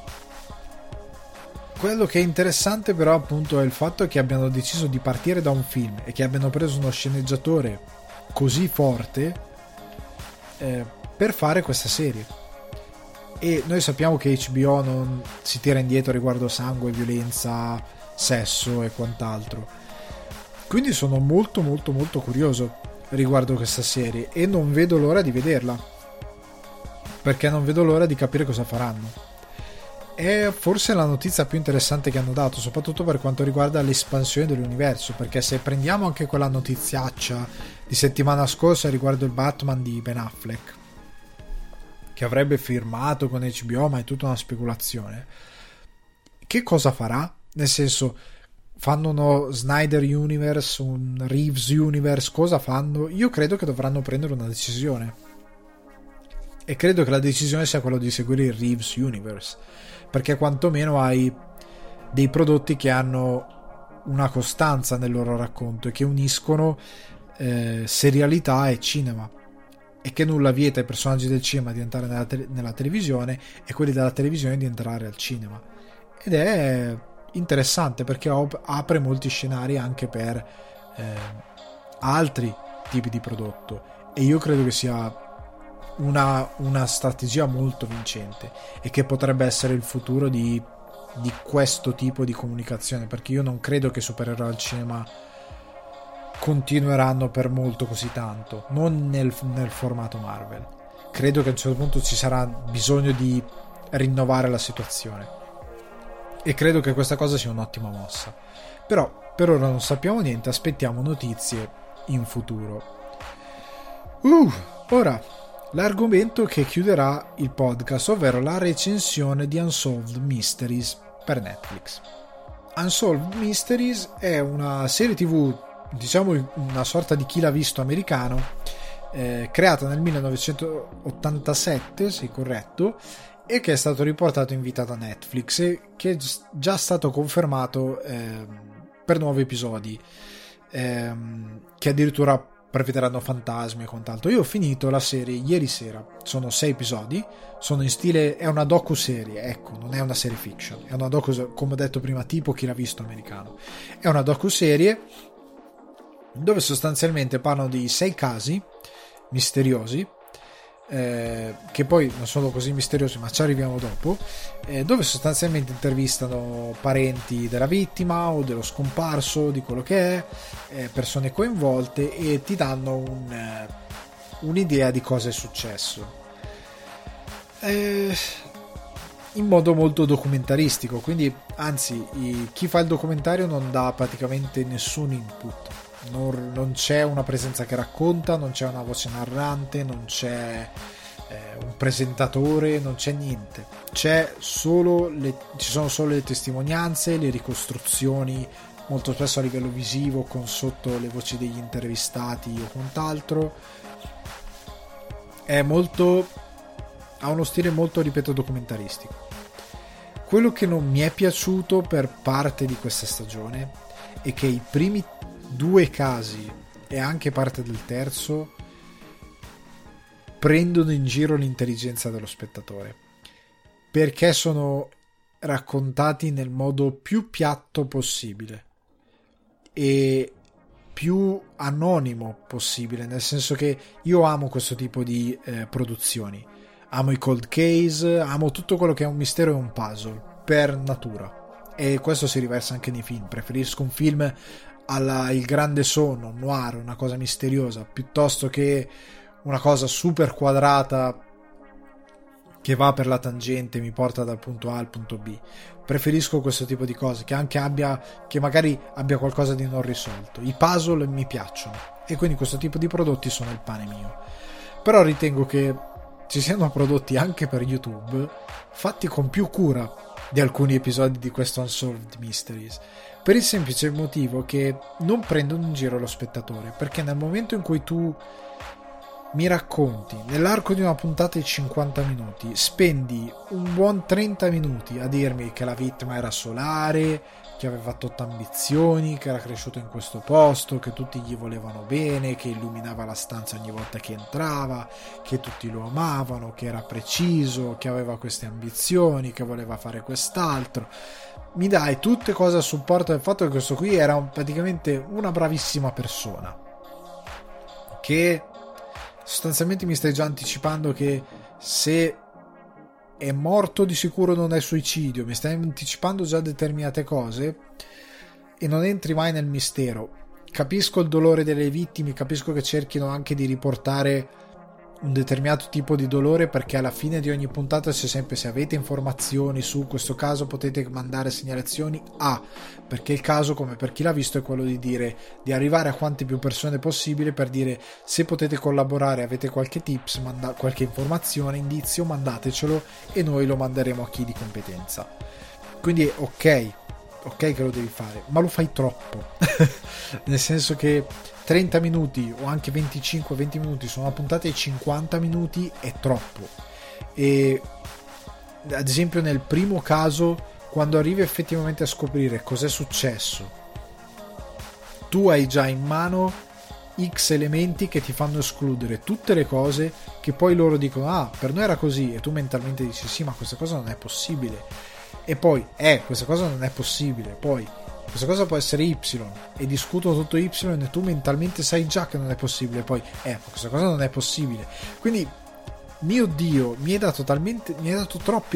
quello che è interessante però appunto è il fatto che abbiano deciso di partire da un film e che abbiano preso uno sceneggiatore così forte per fare questa serie. E noi sappiamo che HBO non si tira indietro riguardo sangue, violenza, sesso e quant'altro, quindi sono molto molto molto curioso riguardo questa serie e non vedo l'ora di vederla, perché non vedo l'ora di capire cosa faranno. È forse la notizia più interessante che hanno dato, soprattutto per quanto riguarda l'espansione dell'universo, perché se prendiamo anche quella notiziaccia di settimana scorsa riguardo il Batman di Ben Affleck, che avrebbe firmato con HBO, ma è tutta una speculazione, che cosa farà? Nel senso, fanno uno Snyder Universe, un Reeves Universe, cosa fanno? Io credo che dovranno prendere una decisione, e credo che la decisione sia quella di seguire il Reeves Universe, perché quantomeno hai dei prodotti che hanno una costanza nel loro racconto e che uniscono serialità e cinema, e che nulla vieta ai personaggi del cinema di entrare nella televisione e quelli della televisione di entrare al cinema. Ed è interessante perché apre molti scenari anche per altri tipi di prodotto, e io credo che sia una strategia molto vincente e che potrebbe essere il futuro di questo tipo di comunicazione, perché io non credo che supereroi al cinema continueranno per molto così tanto, non nel formato Marvel. Credo che a un certo punto ci sarà bisogno di rinnovare la situazione, e credo che questa cosa sia un'ottima mossa. Però per ora non sappiamo niente, aspettiamo notizie in futuro. Ora l'argomento che chiuderà il podcast, ovvero la recensione di Unsolved Mysteries per Netflix. Unsolved Mysteries è una serie TV, diciamo una sorta di Chi l'ha visto americano, creata nel 1987, se corretto, e che è stato riportato in vita da Netflix e che è già stato confermato per nuovi episodi, che addirittura prevederanno fantasmi e quant'altro. Io ho finito la serie ieri sera, sono 6 episodi, sono in stile, è una docu-serie, ecco, non è una serie fiction, è una docu, come ho detto prima, tipo Chi l'ha visto americano. È una docu-serie dove sostanzialmente parlano di 6 casi misteriosi che poi non sono così misteriosi, ma ci arriviamo dopo, dove sostanzialmente intervistano parenti della vittima o dello scomparso, di quello che è, persone coinvolte, e ti danno un'idea di cosa è successo, in modo molto documentaristico. Quindi anzi, chi fa il documentario non dà praticamente nessun input, non c'è una presenza che racconta, non c'è una voce narrante, non c'è un presentatore, non c'è niente, ci sono solo le testimonianze, le ricostruzioni, molto spesso a livello visivo, con sotto le voci degli intervistati o quant'altro. Ha uno stile molto, ripeto, documentaristico. Quello che non mi è piaciuto per parte di questa stagione è che i primi 2 casi e anche parte del terzo prendono in giro l'intelligenza dello spettatore, perché sono raccontati nel modo più piatto possibile e più anonimo possibile, nel senso che io amo questo tipo di produzioni, amo i cold case, amo tutto quello che è un mistero e un puzzle per natura, e questo si riversa anche nei film. Preferisco un film Il Grande Sonno, noir, una cosa misteriosa, piuttosto che una cosa super quadrata che va per la tangente, mi porta dal punto A al punto B. Preferisco questo tipo di cose, che magari abbia qualcosa di non risolto. I puzzle mi piacciono e quindi questo tipo di prodotti sono il pane mio. Però ritengo che ci siano prodotti anche per YouTube fatti con più cura di alcuni episodi di questo Unsolved Mysteries, per il semplice motivo che non prendono in giro lo spettatore, perché nel momento in cui tu mi racconti nell'arco di una puntata di 50 minuti, spendi un buon 30 minuti a dirmi che la vittima era solare, che aveva tutte ambizioni, che era cresciuto in questo posto, che tutti gli volevano bene, che illuminava la stanza ogni volta che entrava, che tutti lo amavano, che era preciso, che aveva queste ambizioni, che voleva fare quest'altro. Mi dai tutte cose a supporto del fatto che questo qui era praticamente una bravissima persona, che sostanzialmente mi stai già anticipando che se è morto di sicuro non è suicidio, mi stai anticipando già determinate cose e non entri mai nel mistero. Capisco il dolore delle vittime, capisco che cerchino anche di riportare un determinato tipo di dolore, perché alla fine di ogni puntata c'è sempre: se avete informazioni su questo caso potete mandare segnalazioni perché il caso, come per chi l'ha visto, è quello di arrivare a quante più persone possibile, per dire: se potete collaborare, avete qualche tips, qualche informazione, indizio, mandatecelo e noi lo manderemo a chi di competenza. Quindi ok che lo devi fare, ma lo fai troppo nel senso che 30 minuti o anche 25-20 minuti su una puntata di 50 minuti è troppo. E ad esempio nel primo caso, quando arrivi effettivamente a scoprire cos'è successo, tu hai già in mano X elementi che ti fanno escludere tutte le cose che poi loro dicono: per noi era così, e tu mentalmente dici: sì, ma questa cosa non è possibile. E poi questa cosa non è possibile, poi questa cosa può essere Y, e discutono tutto Y e tu mentalmente sai già che non è possibile, poi ma questa cosa non è possibile. Quindi, mio Dio, mi hai dato troppi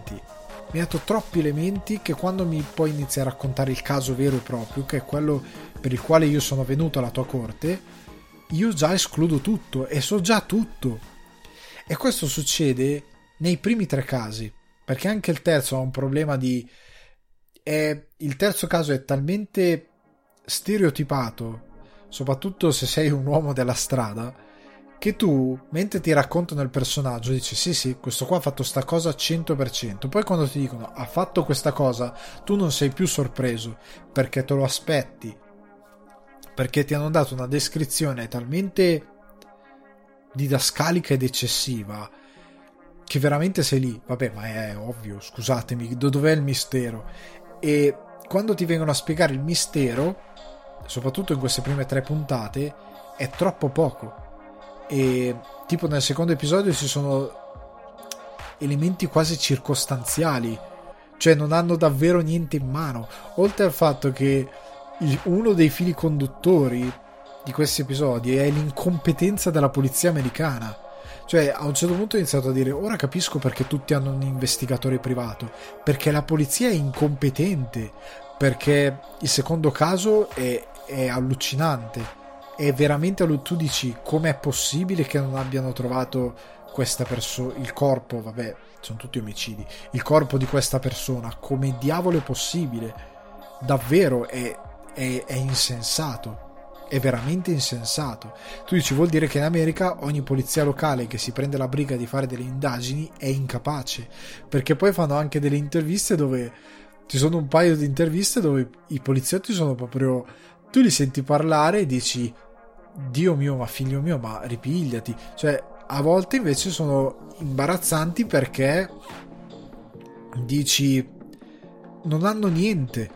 elementi che quando mi poi inizi a raccontare il caso vero e proprio, che è quello per il quale io sono venuto alla tua corte, io già escludo tutto e so già tutto. E questo succede nei primi 3 casi, perché anche il terzo ha un problema il terzo caso è talmente stereotipato, soprattutto se sei un uomo della strada, che tu, mentre ti raccontano il personaggio, dici: sì, questo qua ha fatto sta cosa 100%. Poi quando ti dicono ha fatto questa cosa, tu non sei più sorpreso, perché te lo aspetti, perché ti hanno dato una descrizione talmente didascalica ed eccessiva che veramente sei lì. Vabbè, ma è ovvio, scusatemi, dov'è il mistero? E quando ti vengono a spiegare il mistero, soprattutto in queste prime 3 puntate, è troppo poco. E tipo nel secondo episodio ci sono elementi quasi circostanziali, cioè non hanno davvero niente in mano, oltre al fatto che uno dei fili conduttori di questi episodi è l'incompetenza della polizia americana. Cioè, a un certo punto ho iniziato a dire: ora capisco perché tutti hanno un investigatore privato, perché la polizia è incompetente, perché il secondo caso è allucinante, è veramente tu dici: com'è possibile che non abbiano trovato questa persona, il corpo, vabbè, sono tutti omicidi, il corpo di questa persona, come diavolo è possibile? Davvero è insensato, è veramente insensato. Tu dici: vuol dire che in America ogni polizia locale che si prende la briga di fare delle indagini è incapace, perché poi fanno anche delle interviste dove ci sono un paio di interviste dove i poliziotti sono proprio, tu li senti parlare e dici: Dio mio, ma figlio mio, ma ripigliati. Cioè, a volte invece sono imbarazzanti perché dici: non hanno niente,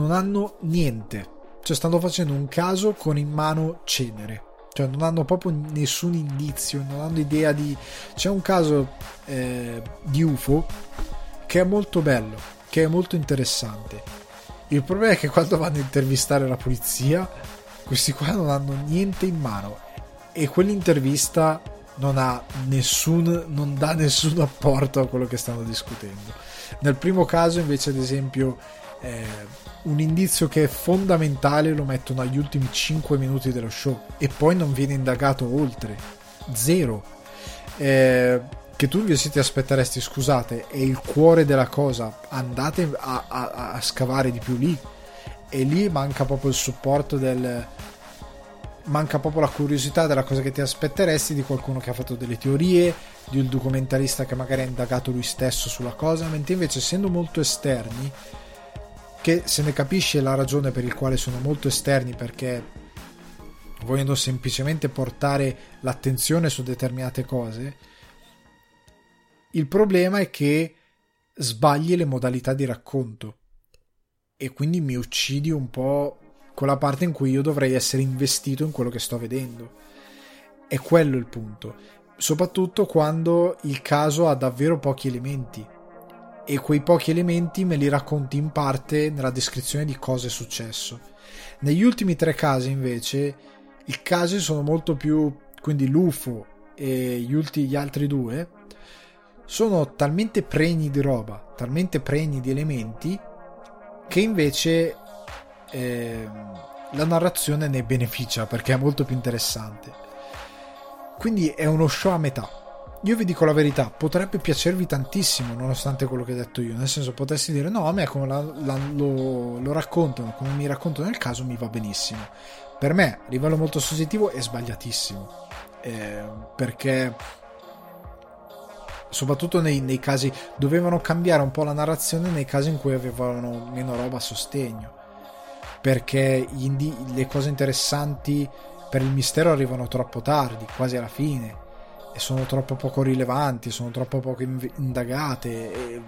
cioè stanno facendo un caso con in mano cenere, cioè non hanno proprio nessun indizio, non hanno idea di... C'è un caso di UFO che è molto bello, che è molto interessante. Il problema è che quando vanno a intervistare la polizia, questi qua non hanno niente in mano e quell'intervista non dà nessun apporto a quello che stanno discutendo. Nel primo caso invece, ad esempio, un indizio che è fondamentale lo mettono agli ultimi 5 minuti dello show e poi non viene indagato oltre, zero, che tu invece ti aspetteresti: scusate, è il cuore della cosa, andate a scavare di più lì. E lì manca proprio il supporto manca proprio la curiosità della cosa che ti aspetteresti di qualcuno che ha fatto delle teorie, di un documentarista che magari ha indagato lui stesso sulla cosa, mentre invece, essendo molto esterni, che se ne capisce la ragione per il quale sono molto esterni, perché vogliono semplicemente portare l'attenzione su determinate cose, il problema è che sbagli le modalità di racconto e quindi mi uccidi un po' quella parte in cui io dovrei essere investito in quello che sto vedendo. È quello il punto, soprattutto quando il caso ha davvero pochi elementi e quei pochi elementi me li racconti in parte nella descrizione di cosa è successo. Negli ultimi 3 casi invece i casi sono molto più, quindi l'UFO e gli altri 2 sono talmente pregni di roba, talmente pregni di elementi, che invece la narrazione ne beneficia perché è molto più interessante. Quindi è uno show a metà. Io vi dico la verità, potrebbe piacervi tantissimo nonostante quello che ho detto io, nel senso, potresti dire: no, a me come lo raccontano, come mi raccontano nel caso, mi va benissimo. Per me, a livello molto soggettivo, è sbagliatissimo, perché soprattutto nei casi dovevano cambiare un po' la narrazione nei casi in cui avevano meno roba a sostegno, perché le cose interessanti per il mistero arrivano troppo tardi, quasi alla fine, e sono troppo poco rilevanti, sono troppo poco indagate,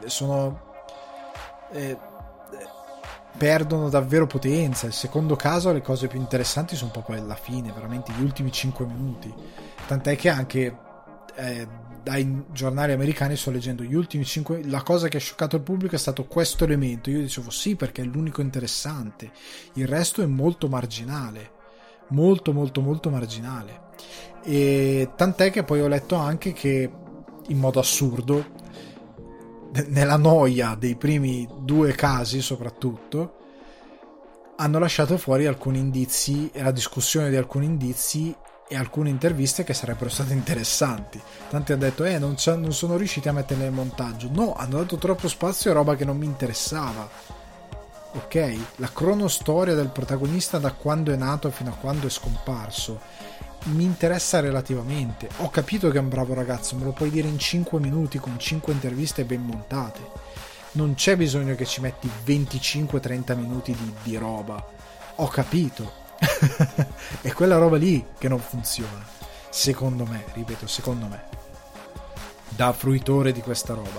perdono davvero potenza. Il secondo caso le cose più interessanti sono proprio alla fine, veramente gli ultimi 5 minuti, tant'è che anche dai giornali americani sto leggendo gli ultimi 5, la cosa che ha scioccato il pubblico è stato questo elemento. Io dicevo sì, perché è l'unico interessante, il resto è molto marginale, molto molto molto marginale. E tant'è che poi ho letto anche che, in modo assurdo, nella noia dei primi 2 casi soprattutto, hanno lasciato fuori alcuni indizi e la discussione di alcuni indizi e alcune interviste che sarebbero state interessanti. Tanti hanno detto non sono riusciti a metterle nel montaggio. No, hanno dato troppo spazio a roba che non mi interessava. Ok, la cronostoria del protagonista da quando è nato fino a quando è scomparso mi interessa relativamente. Ho capito che è un bravo ragazzo, me lo puoi dire in 5 minuti con 5 interviste ben montate. Non c'è bisogno che ci metti 25-30 minuti di roba. Ho capito. È quella roba lì che non funziona, secondo me, ripeto, secondo me, da fruitore di questa roba.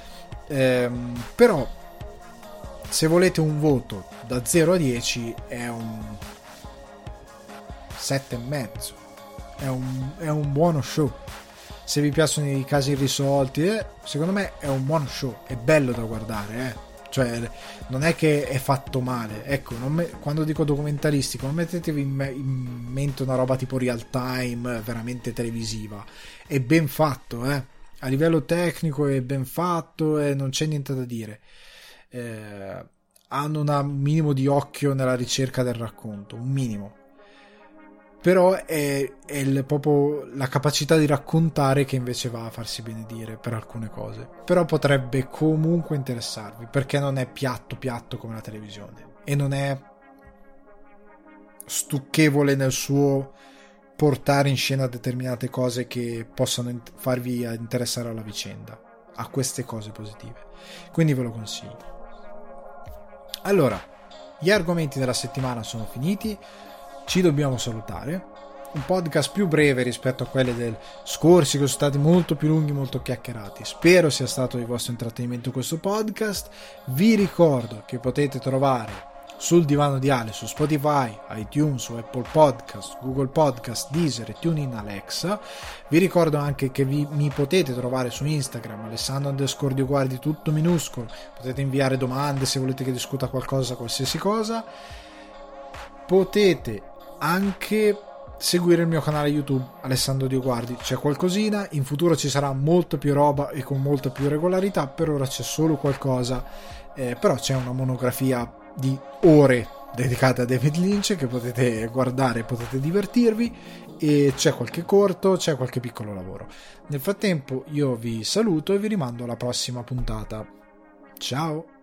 Però se volete un voto da 0 a 10 è un 7,5. È un buono show. Se vi piacciono i casi irrisolti, secondo me è un buono show, è bello da guardare, cioè non è che è fatto male, ecco, quando dico documentaristico non mettetevi in mente una roba tipo real time veramente televisiva, è ben fatto, a livello tecnico è ben fatto e non c'è niente da dire, hanno un minimo di occhio nella ricerca del racconto, un minimo, però è proprio la capacità di raccontare che invece va a farsi benedire per alcune cose. Però potrebbe comunque interessarvi, perché non è piatto come la televisione e non è stucchevole nel suo portare in scena determinate cose che possano farvi interessare alla vicenda, a queste cose positive, quindi ve lo consiglio. Allora, gli argomenti della settimana sono finiti, ci dobbiamo salutare. Un podcast più breve rispetto a quelli del scorsi, che sono stati molto più lunghi, molto chiacchierati. Spero sia stato di vostro intrattenimento questo podcast. Vi ricordo che potete trovare Sul Divano di Ale su Spotify, iTunes, su Apple Podcast, Google Podcast, Deezer e TuneIn Alexa. Vi ricordo anche che mi potete trovare su Instagram, Alessandro_Dioguardi, tutto minuscolo. Potete inviare domande se volete che discuta qualcosa, qualsiasi cosa. Potete anche seguire il mio canale YouTube Alessandro Dioguardi, c'è qualcosina, in futuro ci sarà molto più roba e con molta più regolarità, per ora c'è solo qualcosa, però c'è una monografia di ore dedicata a David Lynch che potete guardare, potete divertirvi, e c'è qualche corto, c'è qualche piccolo lavoro. Nel frattempo io vi saluto e vi rimando alla prossima puntata. Ciao!